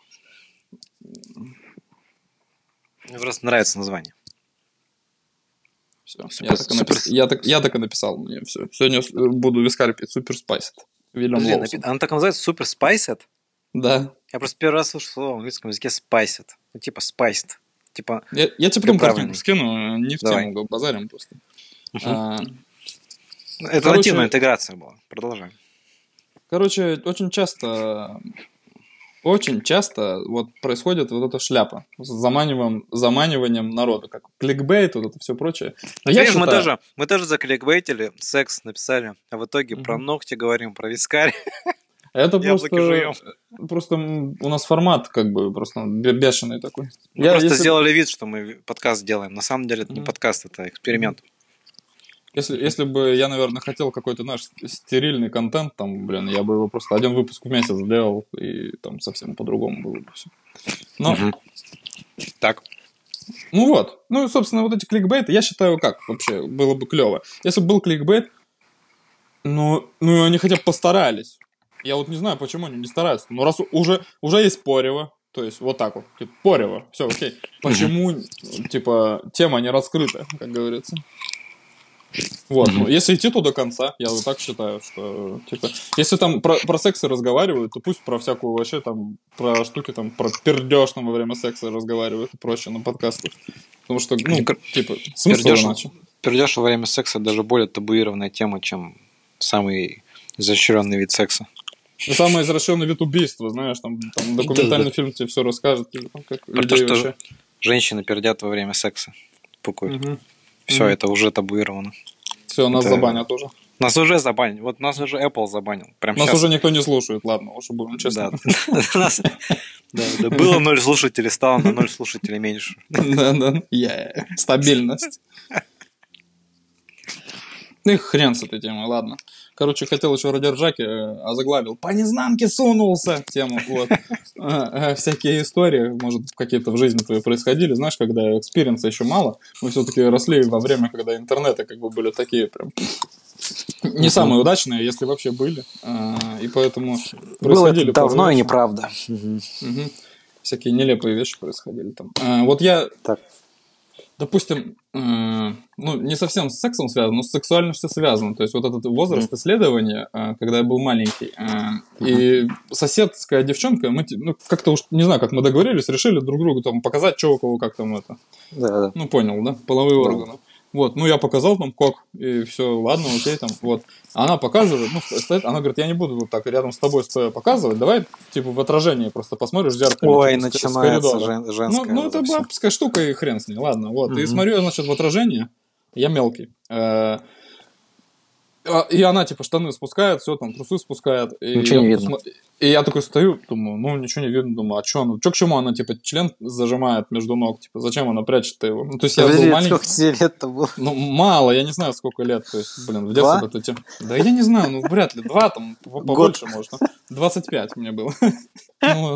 Мне просто нравится название. Все. Супер- Я, так и супер- напис- я, так, я так и написал мне все. Сегодня с- буду вискарь пить супер спайсет. Вильям Подожди, Лоусон. напи- она так и называется супер спайсет? Да. Я просто первый раз слышу слово в английском языке спайсет. Ну, типа спайст. Типа, Я, я тебе потом Правильный. картинку скину, не в Давай. тему базарим просто. Мгм. А, это Короче- нативная интеграция была. Продолжаем. короче, очень часто, очень часто вот происходит вот эта шляпа с заманиванием, заманиванием народа, как кликбейт, вот это все прочее. Но я Видишь, мы считаю- тоже, мы тоже закликбейтили, секс написали, а в итоге про Мгм. ногти говорим, про вискарь. Это Яблоки просто, жуем. просто м, у нас формат как бы просто бе- бешеный такой. Мы Я, просто если, сделали вид, что мы подкаст делаем. На самом деле это не Мгм. подкаст, это эксперимент. если, если бы я, наверное, хотел какой-то наш стерильный контент, там, блин, я бы его просто один выпуск в месяц сделал, и там совсем по-другому было бы все. Но, Мгм. Так. ну вот, ну, и, собственно, вот эти кликбейты, я считаю, как вообще было бы клево. Если бы был кликбейт, ну, ну, они хотя бы постарались. Я вот не знаю, почему они не стараются. Но раз уже, уже есть порево, то есть вот так вот, типа, порево, все, окей. Почему, типа, тема не раскрыта, как говорится. Вот, ну, если идти то до конца, я вот так считаю, что, типа, если там про, про сексы разговаривают, то пусть про всякую вообще там, про штуки там, про пердеж там во время секса разговаривают и прочее на подкастах. Потому что, ну, Пер- типа, смысл пердеж- иначе. Пердеж во время секса даже более табуированная тема, чем самый изощренный вид секса. И самый извращенный вид убийства, знаешь, там, там документальный фильм тебе все расскажет, типа, там, как Про то, людей что вообще. женщины пердят во время секса. Пукают. Мгм. Все, Мгм. это уже табуировано. Все, нас Это- забанят уже. Нас уже забанили. Вот нас уже Apple забанил. Прям Нас сейчас. уже никто не слушает, ладно, уж будем Да. честны. Нас- Да, да. Было ноль слушателей, стало на ноль слушателей меньше. Да, да. Я- Стабильность. Ну и хрен с этой темой, ладно. Короче, хотел еще ради ржаки, э, озаглавил. По незнанке сунулся тему, вот. А, а, Всякие истории, может, какие-то в жизни твоей происходили. Знаешь, когда экспириенса еще мало, мы все-таки росли во время, когда интернеты как бы были такие прям не самые удачные, если вообще были. А, И поэтому происходили давно и порой неправда. Мгм. Всякие нелепые вещи происходили там. А, Вот я, Так. допустим, э, ну, не совсем с сексом связано, но с сексуальностью связано. То есть вот этот возраст исследования, э, когда я был маленький, э, и соседская девчонка, мы те- ну, как-то уж, не знаю, как мы договорились, решили друг другу там показать, что у кого как там это. Да, да. Ну, понял, да? Половые Да. органы. Вот, ну, я показал там кок, и все, ладно, окей, там, вот. Она показывает, ну, стоит, она говорит, я не буду вот так рядом с тобой стоя показывать, давай, типа, в отражении просто посмотришь в зеркале. Ой, типа, с- с начинается коридора. жен- Ну, женское. ну, вот это это всё. бабская штука, и хрен с ней, ладно, вот. И Мгм. смотрю я, значит, в отражение, я мелкий. Э, а- И она, типа, штаны спускает, все, там, трусы спускает. И Ничего не я видно. посмо- И я такой стою, думаю, ну, ничего не видно, думаю, а что она, что к чему она, типа, член зажимает между ног, типа, зачем она прячет его? Ну, то есть я был маленький. Сколько тебе лет-то было? Ну, мало, я не знаю, сколько лет. То есть, блин, в детстве Два? это тем. Да я не знаю, ну вряд ли. Два там, по- побольше можно. двадцать пять мне было. Ну вот.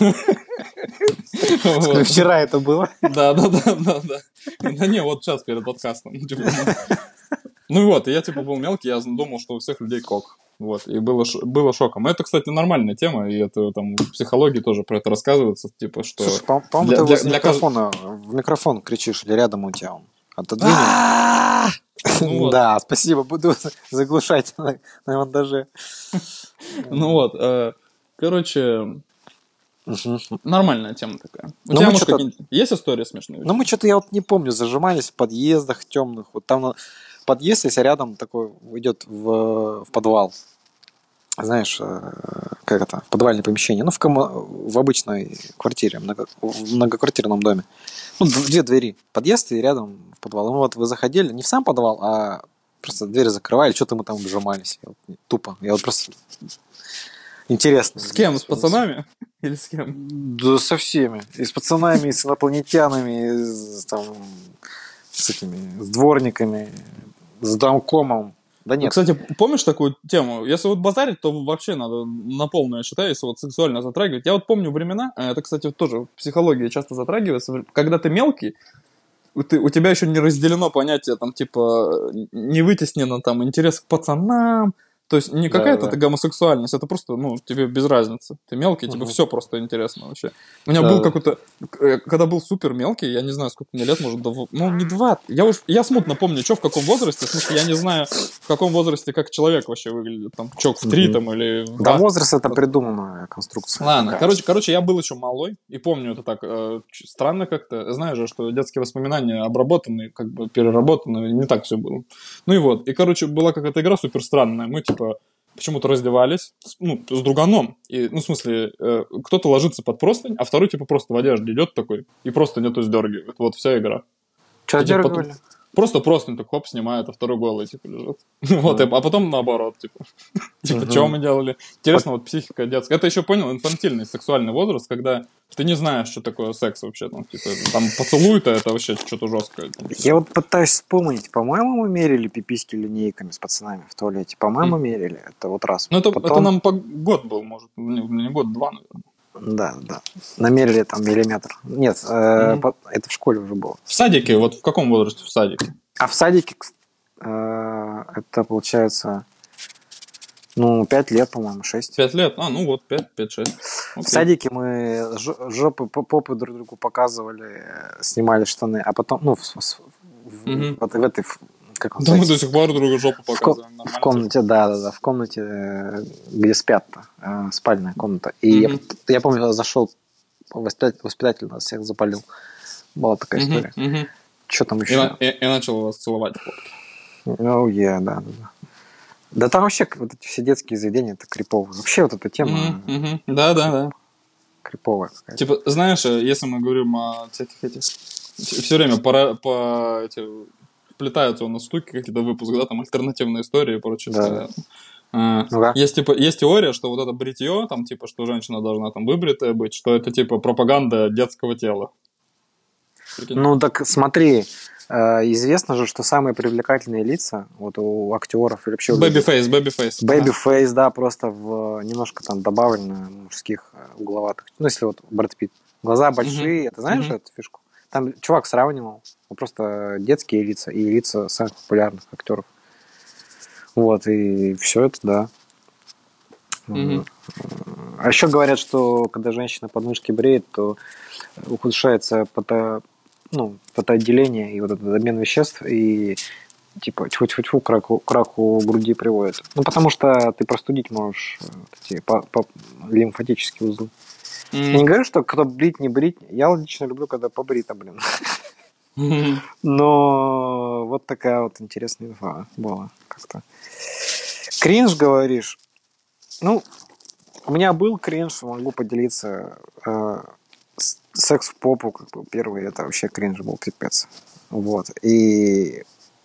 Вот. Вчера это было. Да, да, да, да, да. Да не, вот сейчас перед подкастом. Типа, ну. Ну вот, и я типа был мелкий, я думал, что у всех людей кок. Вот, и было, ш- было шоком. Это, кстати, нормальная тема, и это там в психологии тоже про это рассказывается, типа, что... Слушай, по- по-моему, для- ты для- возле для микрофона, в микрофон кричишь, или рядом у тебя он. Отодвинь. Ну вот. Да, спасибо, буду заглушать на, на монтаже. Ну вот, э, короче, Мгм. нормальная тема такая. У Ну, тебя, мы может, что-то- какие-нибудь есть истории смешные? Ну, мы что-то, я вот не помню, зажимались в подъездах темных. Вот там на- подъезд, если рядом такой идет в, в подвал. Знаешь, э, как это, в подвальное помещение. Ну, в, комо- в обычной квартире, много- в многоквартирном доме. Ну, д- две двери. Подъезд и рядом в подвал. Ну, вот вы заходили не в сам подвал, а просто двери закрывали, что-то мы там вжимались. Я вот тупо. Я вот просто... Интересно. С кем? С пацанами? Или с кем? Да со всеми. И с пацанами, и с инопланетянами, и с, там, с этими, с дворниками, с домкомом. Да Ну, нет. кстати, помнишь такую тему? Если вот базарить, то вообще надо на полное, я считаю, если вот сексуально затрагивать. Я вот помню времена, а это, кстати, тоже в психологии часто затрагивается, когда ты мелкий, у, ты- у тебя еще не разделено понятие, там, типа, не вытеснено там интерес к пацанам, то есть не Да, какая-то да. это гомосексуальность, это просто, ну, тебе без разницы. Ты мелкий, тебе Мгм. все просто интересно вообще. У меня Да, был да. какой-то, э, когда был супер мелкий, я не знаю, сколько мне лет, может, дав- ну, не два, я уж, я смутно помню, что в каком возрасте, в смысле, я не знаю, в каком возрасте, как человек вообще выглядит, там, чё, в три Мгм. там или в Да, два. возраст это придуманная конструкция. Ладно, Такая. короче, короче, я был еще малой, и помню это так э, ч- странно как-то. Знаешь же, что детские воспоминания обработаны, как бы переработаны, не так все было. Ну и вот, и, короче, была какая-то игра супер странная. Мы, типа, почему-то раздевались, с- ну, с друганом. И, ну, в смысле, э, кто-то ложится под простынь, а второй, типа, просто в одежде идет такой, и просто нету сдергивает. Вот вся игра. Что И, типа, потом- дергали? Просто простынь так хоп, снимает, а второй голый, типа, лежит. Вот, и- а потом наоборот, типа. Типа, Мгм. что мы делали? Интересно, вот психика детская. Это еще понял, инфантильный сексуальный возраст, когда ты не знаешь, что такое секс вообще. Там, типа, там поцелуй-то это вообще что-то жесткое. Там, Я вот пытаюсь вспомнить, по-моему, мы мерили пиписьки линейками с пацанами в туалете. По-моему, мерили. Это вот раз. Ну, это, Потом- это нам по год был, может. Не, не год, два, наверное. Да, да. Намерили там миллиметр. Нет, э, Мгм. по- это в школе уже было. В садике, вот в каком возрасте в садике? А в садике кс- э, это получается, ну, пять лет, по-моему, шесть. Пять лет? А, ну вот, пять, пять, шесть. В садике мы жо- жопы, по- попы друг другу показывали, э, снимали штаны, а потом, ну, в, в- в- Мгм. вот в этой, в- как он Да мы называется? до сих пор друг другу жопу В, ко- показываем. в Нормально. комнате, да, да, да, в комнате, э, где спят-то, э, спальная комната. И Мгм. я, я помню, я зашел, воспитатель, воспитатель нас всех запалил. Была такая Мгм, история. мгм. Что там И, еще? на- и- и начал вас целовать в попке. Ну, я, да, да, да. Да там вообще вот эти все детские заведения, это крипово. Вообще вот эта тема Мгм, мгм. Да, да, да. криповая какая-то. Типа, знаешь, э, если мы говорим о всяких этих... Все время пора, по эти, вплетаются у нас штуки, какие-то выпуски, да, там альтернативные истории и прочее. Да. А, Ну-ка. есть, типа, есть теория, что вот это бритье, там, типа, что женщина должна там выбритая быть, что это, типа, пропаганда детского тела. Прикинь? Ну так смотри, э, известно же, что самые привлекательные лица вот у актеров или вообще у людей- Бэби-фейс, бэби-фейс. Бэби-фейс, да, просто в немножко там добавлено мужских э, угловатых. Ну, если вот Брэд Питт. Глаза большие, ты знаешь Мгм. эту фишку? Там чувак сравнивал ну, просто детские лица и лица самых популярных актеров. Вот, и все это, да. Мгм. А еще говорят, что когда женщина подмышки бреет, то ухудшается пото, ну, потоотделение и вот этот обмен веществ, и типа тьфу-тьфу-тьфу к раку, к раку груди приводит. Ну, потому что ты простудить можешь э, вот эти по- по- лимфатические узлы. Мгм. Я не говорю, что кто брить, не брить. Я лично люблю, когда побрито, блин. Мгм. Но вот такая вот интересная инфа была как-то. Кринж, говоришь? Ну, у меня был кринж, могу поделиться. Э, с- секс в попу, как бы, первый, это вообще кринж был, пипец. Вот. И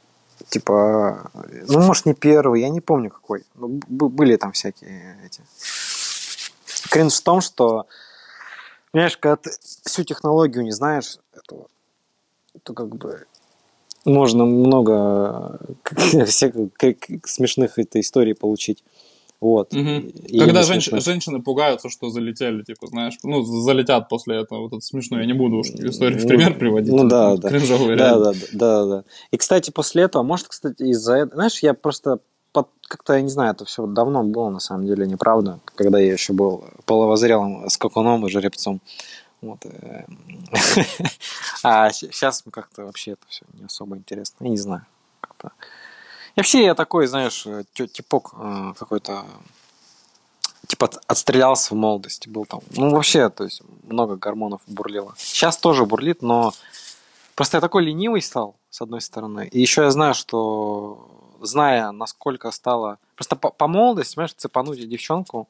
типа, ну, может, не первый, я не помню какой. Но б- были там всякие эти. Кринж в том, что, понимаешь, когда ты всю технологию не знаешь этого, то как бы можно много всех смешных этой историй получить. Вот. Мгм. И Когда не женщ- смешных. женщины пугаются, что залетели, типа, знаешь, ну, залетят после этого, вот это смешно, я не буду уж историю в пример приводить. Ну да, там да. кринжовые Да, реально. да, да, да, да. И, кстати, после этого, может, кстати, из-за этого, знаешь, я просто под- как-то, я не знаю, это все давно было, на самом деле, неправда, когда я еще был половозрелым скакуном и жеребцом. Вот. э. А сейчас как-то вообще это все не особо интересно. Я не знаю. Как-то. И вообще я такой, знаешь, тё- типок э, какой-то типа от- отстрелялся в молодости, был там. Ну, вообще, то есть много гормонов бурлило. Сейчас тоже бурлит, но просто я такой ленивый стал, с одной стороны. И еще я знаю, что зная, насколько стало... Просто по, по молодости, понимаешь, цепануть девчонку,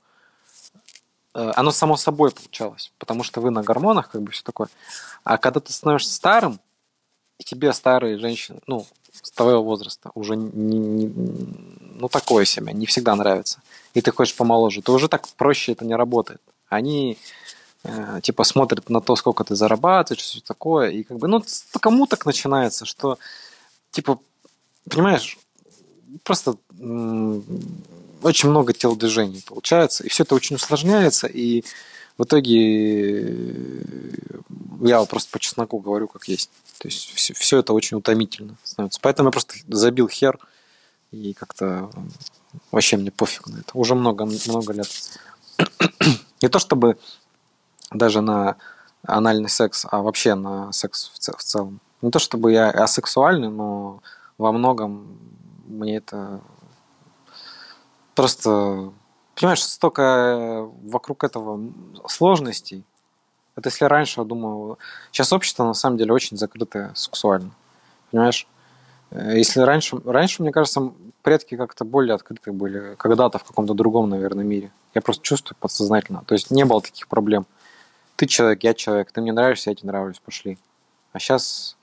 э, оно само собой получалось, потому что вы на гормонах, как бы все такое. А когда ты становишься старым, и тебе старые женщины, ну, с твоего возраста, уже не, не- ну, такое себе, не всегда нравится, и ты хочешь помоложе, то уже так проще это не работает. Они э, типа смотрят на то, сколько ты зарабатываешь, все такое, и как бы, ну, с- кому так начинается, что, типа, понимаешь, просто м, очень много телодвижений получается, и все это очень усложняется, и в итоге э, я вот просто по чесноку говорю, как есть. То есть все, все это очень утомительно становится. Поэтому я просто забил хер и как-то вообще мне пофиг на это. Уже много, много лет. Не то чтобы даже на анальный секс, а вообще на секс в, ц- в целом. Не то чтобы я асексуальный, но во многом мне это просто... Понимаешь, столько вокруг этого сложностей. Это если раньше, я думаю... Сейчас общество, на самом деле, очень закрытое сексуально. Понимаешь? Э, Если раньше... Раньше, мне кажется, предки как-то более открыты были когда-то в каком-то другом, наверное, мире. Я просто чувствую подсознательно. То есть не было таких проблем. Ты человек, я человек, ты мне нравишься, я тебе нравлюсь, пошли. А сейчас,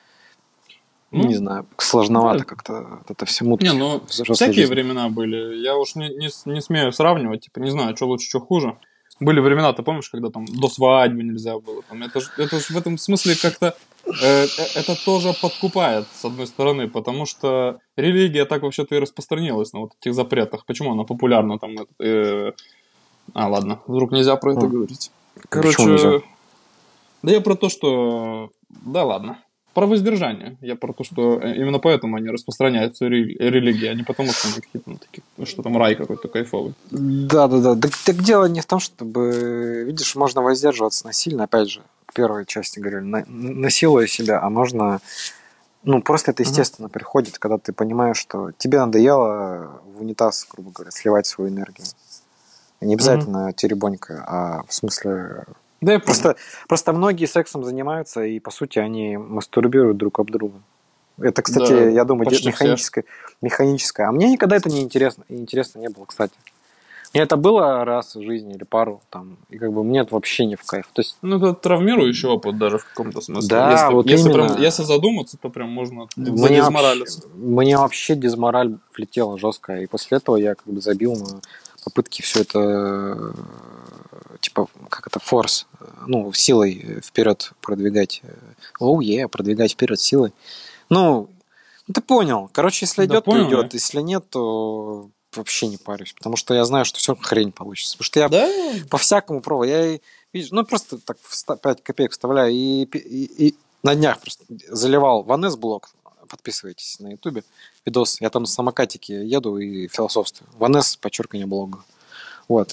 ну, не знаю, сложновато да. как-то вот это все мутки. Не, ну, всякие жизни. Времена были. Я уж не, не, не смею сравнивать, типа, не знаю, что лучше, что хуже. Были времена, ты помнишь, когда там до свадьбы нельзя было? Там, это же это в этом смысле как-то... Э, это тоже подкупает, с одной стороны, потому что религия так вообще-то и распространилась на вот этих запретах. Почему она популярна там? Э, а, ладно, вдруг нельзя про это а. говорить. Короче, да я про то, что... Да ладно. Про воздержание. Я про то, что именно поэтому они распространяются, религии, а не потому, что они какие-то, ну, такие, что там рай какой-то кайфовый. Да-да-да. Так, так дело не в том, чтобы... Видишь, можно воздерживаться насильно, опять же, в первой части говорили, на, насилуя себя, а можно... Ну, просто это естественно uh-huh. приходит, когда ты понимаешь, что тебе надоело в унитаз, грубо говоря, сливать свою энергию. Не обязательно uh-huh. теребонька, а в смысле... Да, просто, просто многие сексом занимаются, и, по сути, они мастурбируют друг об друга. Это, кстати, да, я думаю, механическое, механическое. А мне никогда это не интересно, интересно не было, кстати. Мне это было раз в жизни или пару, там, и как бы мне это вообще не в кайф. То есть... Ну, это травмирующий опыт даже в каком-то смысле. Да, если, вот если, именно. Прям, если задуматься, то прям можно задизморалиться. Мне вообще дизмораль влетела жестко, и после этого я как бы забил на попытки все это... типа, как это, форс, ну, силой вперед продвигать. Оу, oh, е, yeah, продвигать вперед силой. Ну, ты понял. Короче, если идет, да, то идет. Да. Если нет, то вообще не парюсь. Потому что я знаю, что все хрень получится. Потому что я да? по-всякому пробую. Я, видишь, ну, просто так пять копеек вставляю. И, и, и на днях просто заливал в Ванес-блог. Подписывайтесь на ютубе. Видос. Я там на самокатике еду и философствую. Ванес, подчеркивание блога. Вот.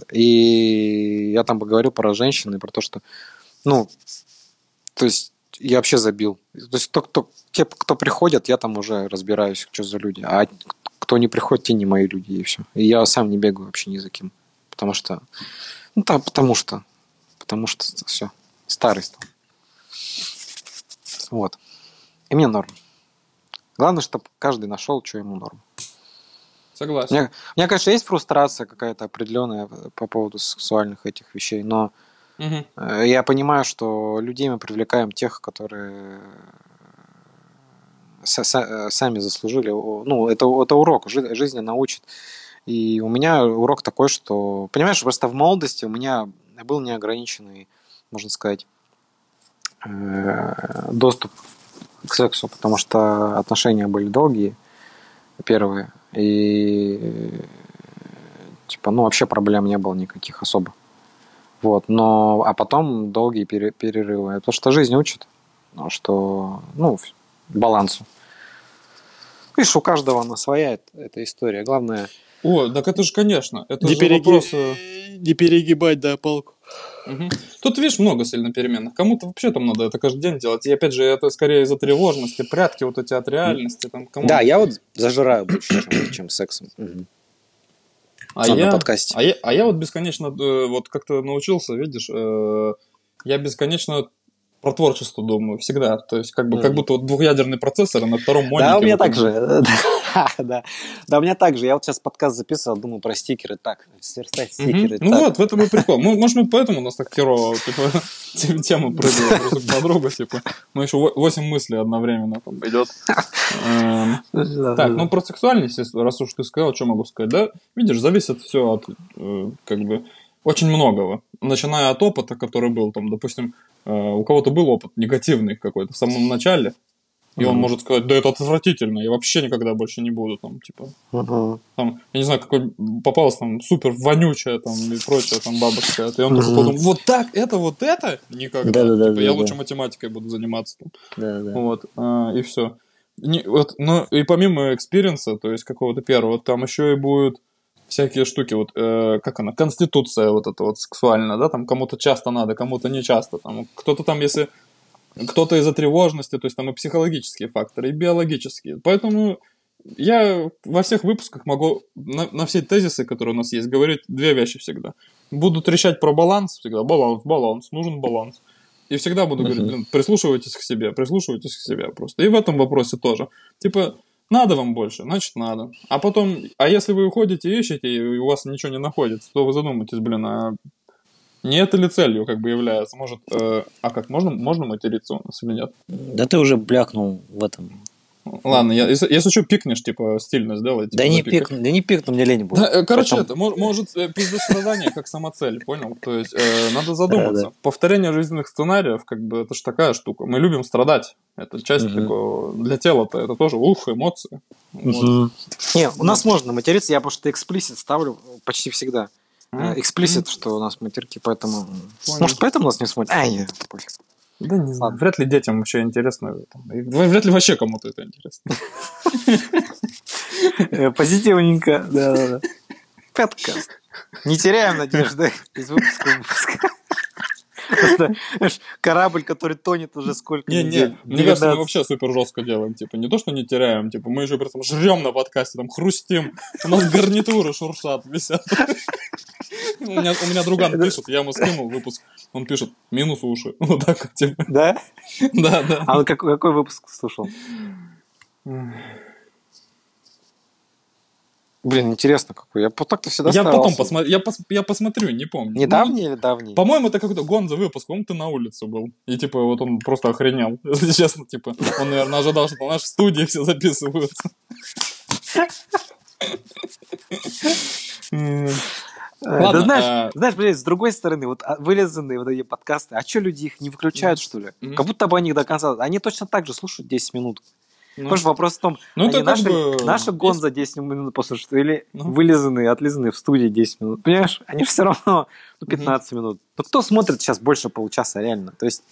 И я там поговорил про женщин и про то, что, ну, то есть я вообще забил. То есть кто, кто, те, кто приходят, я там уже разбираюсь, что за люди. А кто не приходит, те не мои люди, и все. И я сам не бегаю вообще ни за кем. Потому что, ну, там, потому что, потому что все, старый стал. Вот. И мне норм. Главное, чтобы каждый нашел, что ему норм. Согласен. У меня, у меня, конечно, есть фрустрация какая-то определенная по поводу сексуальных этих вещей, но угу. я понимаю, что людей мы привлекаем тех, которые сами заслужили. Ну, это, это урок, жизнь научит. И у меня урок такой, что, понимаешь, просто в молодости у меня был неограниченный, можно сказать, доступ к сексу, потому что отношения были долгие, первые. И типа, ну, вообще проблем не было никаких особо. Вот, но, а потом долгие перерывы. Потому что жизнь учит, что, ну, балансу. Видишь, у каждого она своя эта история. Главное... О, так это же, конечно. Это не, же переги... вопрос... не перегибать, да, палку. Угу. Тут, видишь, много сильно переменных. Кому-то вообще там надо это каждый день делать. И опять же, это скорее из-за тревожности, прятки вот эти от реальности. Там, кому... Да, я вот зажираю больше, чем, чем сексом. Угу. А, я, а, я, а я вот бесконечно, вот как-то научился, видишь, э, я бесконечно про творчество думаю всегда. То есть как бы mm. как будто вот двухъядерный процессор, а на втором монике. Да, у меня так же. да. да, у меня так же. Я вот сейчас подкаст записывал, думаю про стикеры. Так, сверстать стикеры. Ну вот, в этом и прикол. Может, мы поэтому у нас так херово тему прыгала друг к другу. Мы еще восемь мыслей одновременно там идет. Так, ну про сексуальность, раз уж ты сказал, что могу сказать, да? Видишь, зависит все от как бы очень многого. Начиная от опыта, который был, там, допустим, у кого-то был опыт негативный какой-то в самом начале, и uh-huh. он может сказать, да это отвратительно, я вообще никогда больше не буду, там, типа, uh-huh. там, я не знаю, какой попалась там супер вонючая, там, и прочая, там, бабушка, и он uh-huh. тоже подумал, вот так, это вот это? Никогда. Да-да-да, типа, я да, лучше да. математикой буду заниматься. Там. Да-да. Вот, а, и все. Не, вот, но и помимо экспириенса, то есть какого-то первого, там еще и будет всякие штуки, вот, э, как она, конституция вот эта вот сексуальная, да, там кому-то часто надо, кому-то не часто, там, кто-то там, если, кто-то из-за тревожности, то есть там и психологические факторы, и биологические, поэтому я во всех выпусках могу на, на все тезисы, которые у нас есть, говорить две вещи всегда. Буду трещать про баланс, всегда, баланс, баланс, нужен баланс, и всегда буду uh-huh. говорить, блин, прислушивайтесь к себе, прислушивайтесь к себе просто, и в этом вопросе тоже, типа, Надо вам больше, значит надо. А потом, а если вы уходите и ищете, и у вас ничего не находится, то вы задумаетесь, блин, а не это ли целью как бы является? Может, э, а как, можно, можно материться у нас или нет? Да ты уже блякнул в этом. Ладно, я, если, если что, пикнешь, типа, стильно сделай. Типа, Да не запикай. пикну, да не пикну, мне лень будет. Да, э, короче, Потом- это, мож- может, э, пиздострадание как самоцель, понял? То есть, э, надо задуматься. Да, да. Повторение жизненных сценариев, как бы, это ж такая штука. Мы любим страдать. Это часть Мгм. такого... Для тела-то это тоже, ух, эмоции. Вот. Мгм. Не, у нас можно материться, я просто эксплисит ставлю почти всегда. М? Эксплисит, что у нас матерки, поэтому... Понял. Может, поэтому нас не смотрят? А, нет, пофиг. Да не знаю. Вряд ли детям вообще интересно. Там, и вряд ли вообще кому-то это интересно. Э, Позитивненько, да-да-да. Подкаст. Не теряем надежды из выпуска в выпуск. Просто, знаешь, корабль, который тонет уже сколько Не, недель. не, мне кажется, мы девятнадцать. вообще супер жестко делаем. Типа, не то, что не теряем, типа, мы еще при этом жрем на подкасте, там, хрустим. У нас гарнитуры шуршат, висят. У меня, у меня друган пишет, я ему скинул выпуск, он пишет, минус уши. Вот так вот, типа. Да? Да, да. А он какой, какой выпуск слушал? Блин, интересно какой. Я по- так-то всегда Я потом старался. посмотрю, я, пос- я посмотрю, не помню. Недавний или давний? Ну, по-моему, это какой-то Гонза выпуск, по-моему, ты на улице был. И, типа, вот он просто охренел, если честно, типа. Он, наверное, ожидал, что у нас в студии все записываются. М. Э, Ладно, да знаешь, а- знаешь, блядь, с другой стороны, вот а, вылизанные вот эти подкасты, а что люди их не выключают, что ли? Мгм. Как будто бы они их до конца... Они точно так же слушают десять минут. Ну, Потому что вопрос в том, ну, они это как наши, бы... наши есть- гонза десять минут послушают, или Ну. вылизанные, отлизанные в студии десять минут. Понимаешь? Они же все равно ну, пятнадцать минут. Ну, кто смотрит сейчас больше получаса реально? То есть,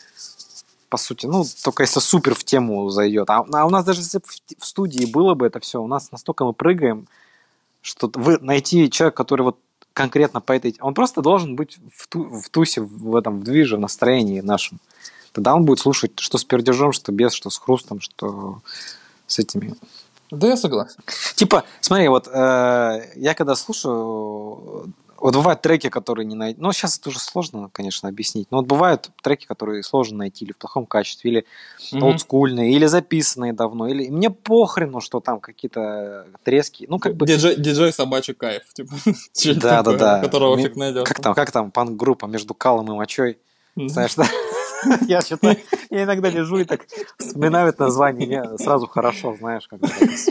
по сути, ну, только если супер в тему зайдет. А, а у нас даже если б в, в студии было бы это все, у нас настолько мы прыгаем, что вы найти человека, который вот конкретно по этой... Он просто должен быть в, ту, в тусе, в этом, в движе, в настроении нашем. Тогда он будет слушать что с пердежом, что без, что с хрустом, что с этими... Да, я согласен. Типа, смотри, вот э, я когда слушаю, вот бывают треки, которые не найти. Ну, сейчас это уже сложно, конечно, объяснить. Но вот бывают треки, которые сложно найти или в плохом качестве, или Мгм. олдскульные, или записанные давно, или мне похрену, что там какие-то трески. Ну, как бы. Диджей, диджей собачий кайф, типа. Что-то Да, да, такое, да. Которого Ми- фиг найдешь. Как там, как там панк-группа между калом и мочой? Мгм. Знаешь, да? Я что-то, я иногда лежу и так вспоминаю это название, мне сразу хорошо, знаешь, как бы,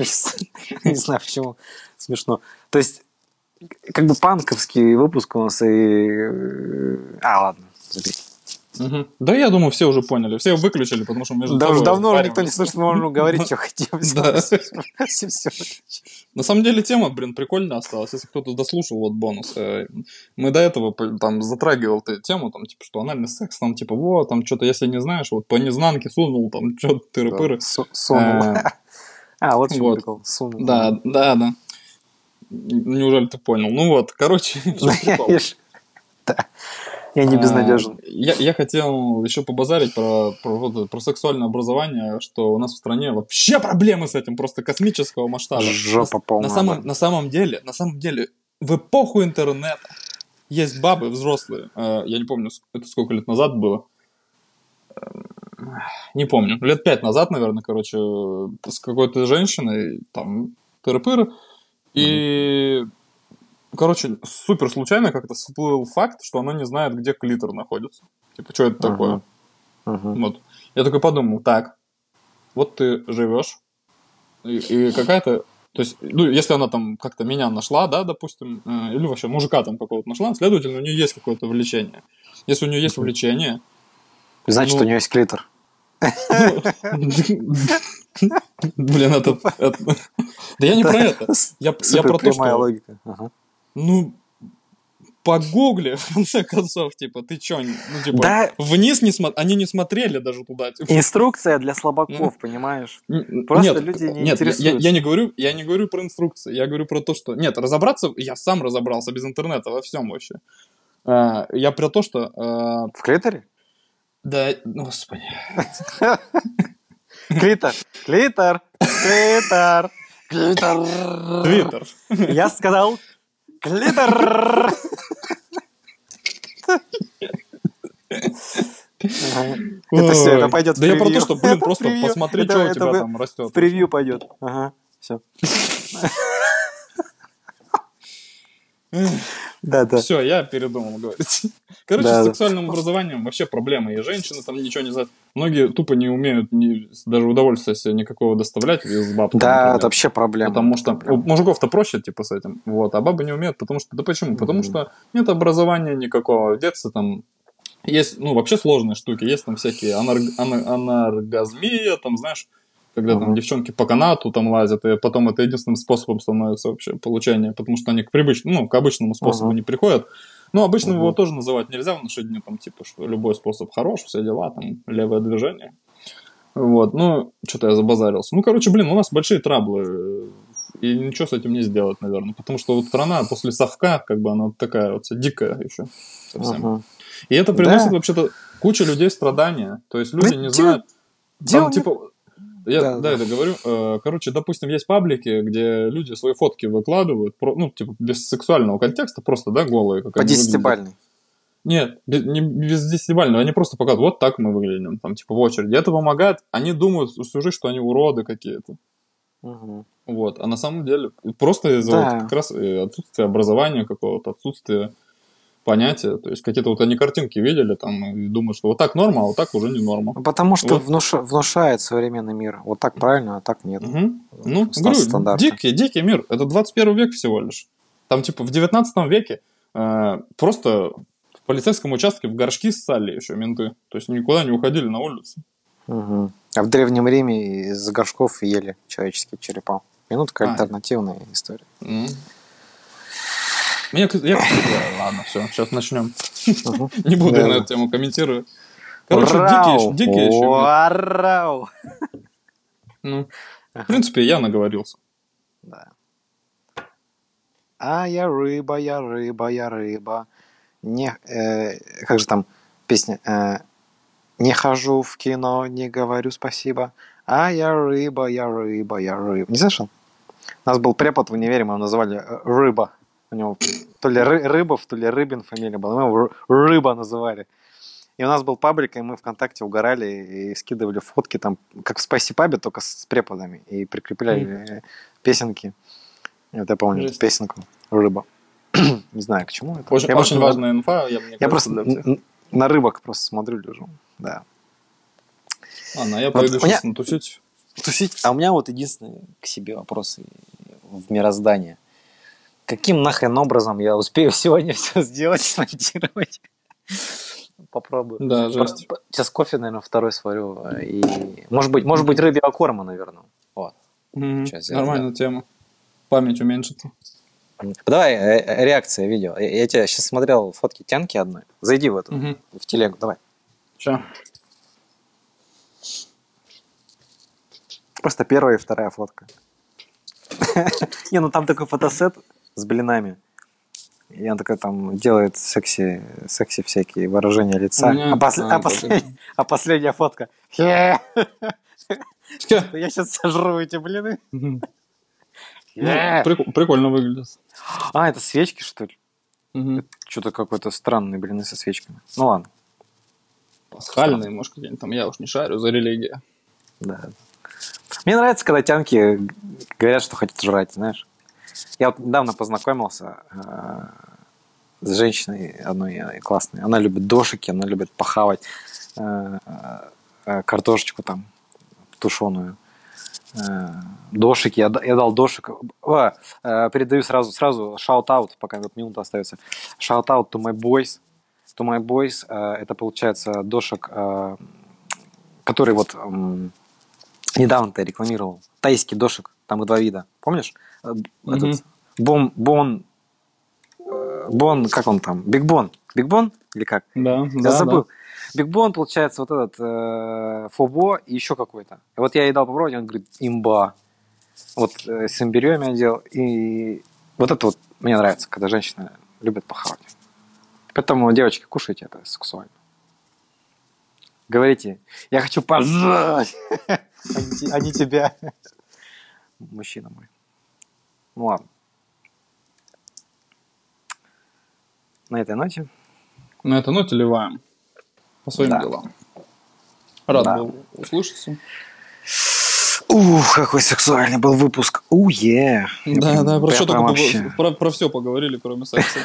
не знаю почему, смешно. То есть, как бы панковский выпуск у нас и... А, ладно, забей. Мгм. Да, я думаю, все уже поняли. Все выключили, потому что между Да собой уже давно уже никто не разговаривали. слышит, мы можем говорить, что хотим. Да. Все, все. На самом деле тема, блин, прикольно осталась. Если кто-то дослушал, вот бонус. Э, Мы до этого п- там затрагивал ты эту там, типа, что анальный секс, там, типа, вот, там, что-то, если не знаешь, вот по незнанке сунул, там, что-то тыры-пыры. Су- Сунул. Э, А, вот в чём вот. прикол. Сунул. Да, да, да. Неужели ты понял? Ну вот, короче, в чём прикол? Видишь? Да. Я не безнадежен. А, Я, я хотел еще побазарить про, про, вот это, про сексуальное образование, что у нас в стране вообще проблемы с этим просто космического масштаба. Жопа на, полная, на самом, да. на самом деле, на самом деле, в эпоху интернета есть бабы взрослые. э, Я не помню, ск- это сколько лет назад было. Эм, Не помню. Лет пять назад, наверное, короче, с какой-то женщиной, там, тыры-пыры. И, короче, супер случайно как-то всплыл факт, что она не знает, где клитор находится. Типа, что это такое? Мгм. Вот. Я такой подумал, так, вот ты живешь, и, и какая-то... То есть, ну, если она там как-то меня нашла, да, допустим, э, или вообще мужика там какого-то нашла, следовательно, у нее есть какое-то влечение. Если у нее есть влечение... Значит, ну, у нее есть клитор. Блин, это... это- Да я не про это. Я, я Супер про то, прямая что... логика. Ага. Ну, погугли, в конце концов, типа, ты чё, ну, типа, Да. вниз не смотрели, они не смотрели даже туда, типа. Инструкция для слабаков, понимаешь? Н- Просто нет, люди не нет, я- я, интересуются. я не говорю, я не говорю про инструкции, я говорю про то, что нет, разобраться, я сам разобрался без интернета во всем вообще. А, я про то, что а, В клиторе? да, ну, господи, Клитор. Клитор. Клитор. Клитор. Твиттер. Я сказал клитор. Это все, это пойдет в Да я про то, превью. что, блин, Это просто превью. посмотри, Это- что у это тебя вы- там растет. В превью пойдет. Ага, все. Да, да. Все, я передумал говорить. Короче, Да, с да. сексуальным образованием вообще проблема. И женщины там ничего не знают. Многие тупо не умеют ни- даже удовольствия себе никакого доставлять из баб. Да, например. это вообще проблема. Потому что Проблема. у мужиков-то проще, типа, с этим. Вот, а бабы не умеют, потому что... Да почему? Потому Мгм. что нет образования никакого. В детстве там есть, ну, вообще сложные штуки. Есть там всякие анар- ана- анаргазмия, там, знаешь, когда там Мгм. девчонки по канату там лазят, и потом это единственным способом становится вообще получение, потому что они к привычному, ну, к обычному способу Мгм. не приходят. Ну, обычно Мгм. его тоже называть нельзя в наши дни, там, типа, что любой способ хорош, все дела, там, левое движение. Вот, ну, что-то я забазарился. Ну, короче, блин, у нас большие траблы, и ничего с этим не сделать, наверное, потому что вот страна после совка, как бы, она вот такая вот вся дикая еще совсем. Мгм. И это приносит Да. вообще-то куча людей страдания. То есть люди Да не дело- знают... дело Там, не- типа... Я, Да, да, да. это говорю. Э, Короче, допустим, есть паблики, где люди свои фотки выкладывают, про- ну, типа, без сексуального контекста, просто, да, голые. Как По они выглядят. десятибалльной. Нет, без, не без десятибалльного, они просто показывают, вот так мы выглядим, там, типа, в очереди. Это помогает, они думают всю жизнь, что они уроды какие-то. Мгм. Вот, а на самом деле просто из-за Да. вот как раз э, отсутствия образования какого-то, отсутствия понятия, то есть какие-то вот они картинки видели там и думают, что вот так норма, а вот так уже не норма. Потому что Вот. внуша- внушает современный мир. Вот так правильно, а так нет. Мгм. Ну, Ста- говорю, стандарты. дикий, дикий мир. Это двадцать первый век всего лишь. Там, типа, в девятнадцатом веке э, просто в полицейском участке в горшки ссали еще менты. То есть никуда не уходили на улицу. Мгм. А в Древнем Риме из горшков ели человеческие черепа. Минутка А. альтернативная история. М. Я, к- я, кстати, да, ладно, все, сейчас начнем. Мгм. Не буду я Да, на да. эту тему комментировать. Короче, Рау! дикие, дикие еще. Варау! Ну, в принципе, я наговорился. Да. А я рыба, я рыба, я рыба. Не, э, как же там песня? Э, не хожу в кино, не говорю спасибо. А я рыба, я рыба, я рыба. Не слышал? У нас был препод в универе, мы его называли э, Рыба. У него то ли Ры- Рыбов, то ли Рыбин фамилия была. Мы его Ры- Рыба называли. И у нас был паблик, и мы ВКонтакте угорали и скидывали фотки там, как в Спайси Пабе, только с преподами. И прикрепляли э, песенки. Вот я помню Жесть. песенку «Рыба». Не знаю, к чему это. Очень, Я очень просто- важная инфа, я, мне Я кажется, просто для всех. н- на рыбок просто смотрю, лежу. Да. Ладно, я Вот пойду у меня- сейчас натусить. Тусить. А у меня вот единственный к себе вопрос в мироздание. Каким нахрен образом я успею сегодня все сделать, смонтировать? Попробую. Да, жесть. По- Сейчас кофе, наверное, второй сварю. э, И, может быть, может быть, рыбьего корма, наверное. Вот. Мгм. Сейчас сделаю, Нормальная тема. Память уменьшится. Давай, э, реакция видео. Я, я тебя сейчас смотрел фотки тянки одной. Зайди в эту, Мгм. в телегу, давай. Ща. Просто первая и вторая фотка. Не, ну там такой фотосет с блинами. И он такой там делает секси, секси всякие выражения лица. У меня- А, после- а, а послед- а последняя фотка. Я сейчас сожру эти блины. Ну, прик- Прикольно выглядит. А, это свечки, что ли? Мгм. Что-то какой-то странный блины со свечками. Ну ладно. Пасхальные, может, какие-нибудь там, я уж не шарю за религию. Да. Мне нравится, когда тянки говорят, что хотят жрать, знаешь. Я вот недавно познакомился э, с женщиной одной э, классной. Она любит дошики, она любит похавать э, э, картошечку там тушеную. Э, дошики, я, да- я дал дошик. О, э, передаю сразу, сразу shout-out, пока вот минута остается. Shout-out to my boys. To my boys. Э, это получается дошик, э, который вот... м, недавно ты рекламировал. Тайский дошик. Там их два вида. Помнишь? Э, Мгм. Этот, бон, бон, э, бон, как он там? Бигбон. Бигбон? Или как? Да, Я да, забыл. Бигбон, получается, вот этот э, фобо и еще какой-то. И вот я ей дал попробовать, он говорит, имба. Вот э, с имбирем я делал. И вот это вот мне нравится, когда женщины любят похавать. Поэтому, девочки, кушайте это сексуально. Говорите, я хочу пожрать, а не те- а не тебя. Мужчина мой. Ну ладно. На этой ноте. На это ноте ливаем. по своим Да. делам. Рад Да. был услышаться. Ух, какой сексуальный был выпуск. Уе. Да, да, про что только вообще. побо- про, про все поговорили, кроме секса.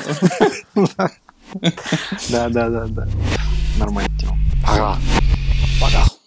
Да, да, да, да. Нормально. Пока. Пока.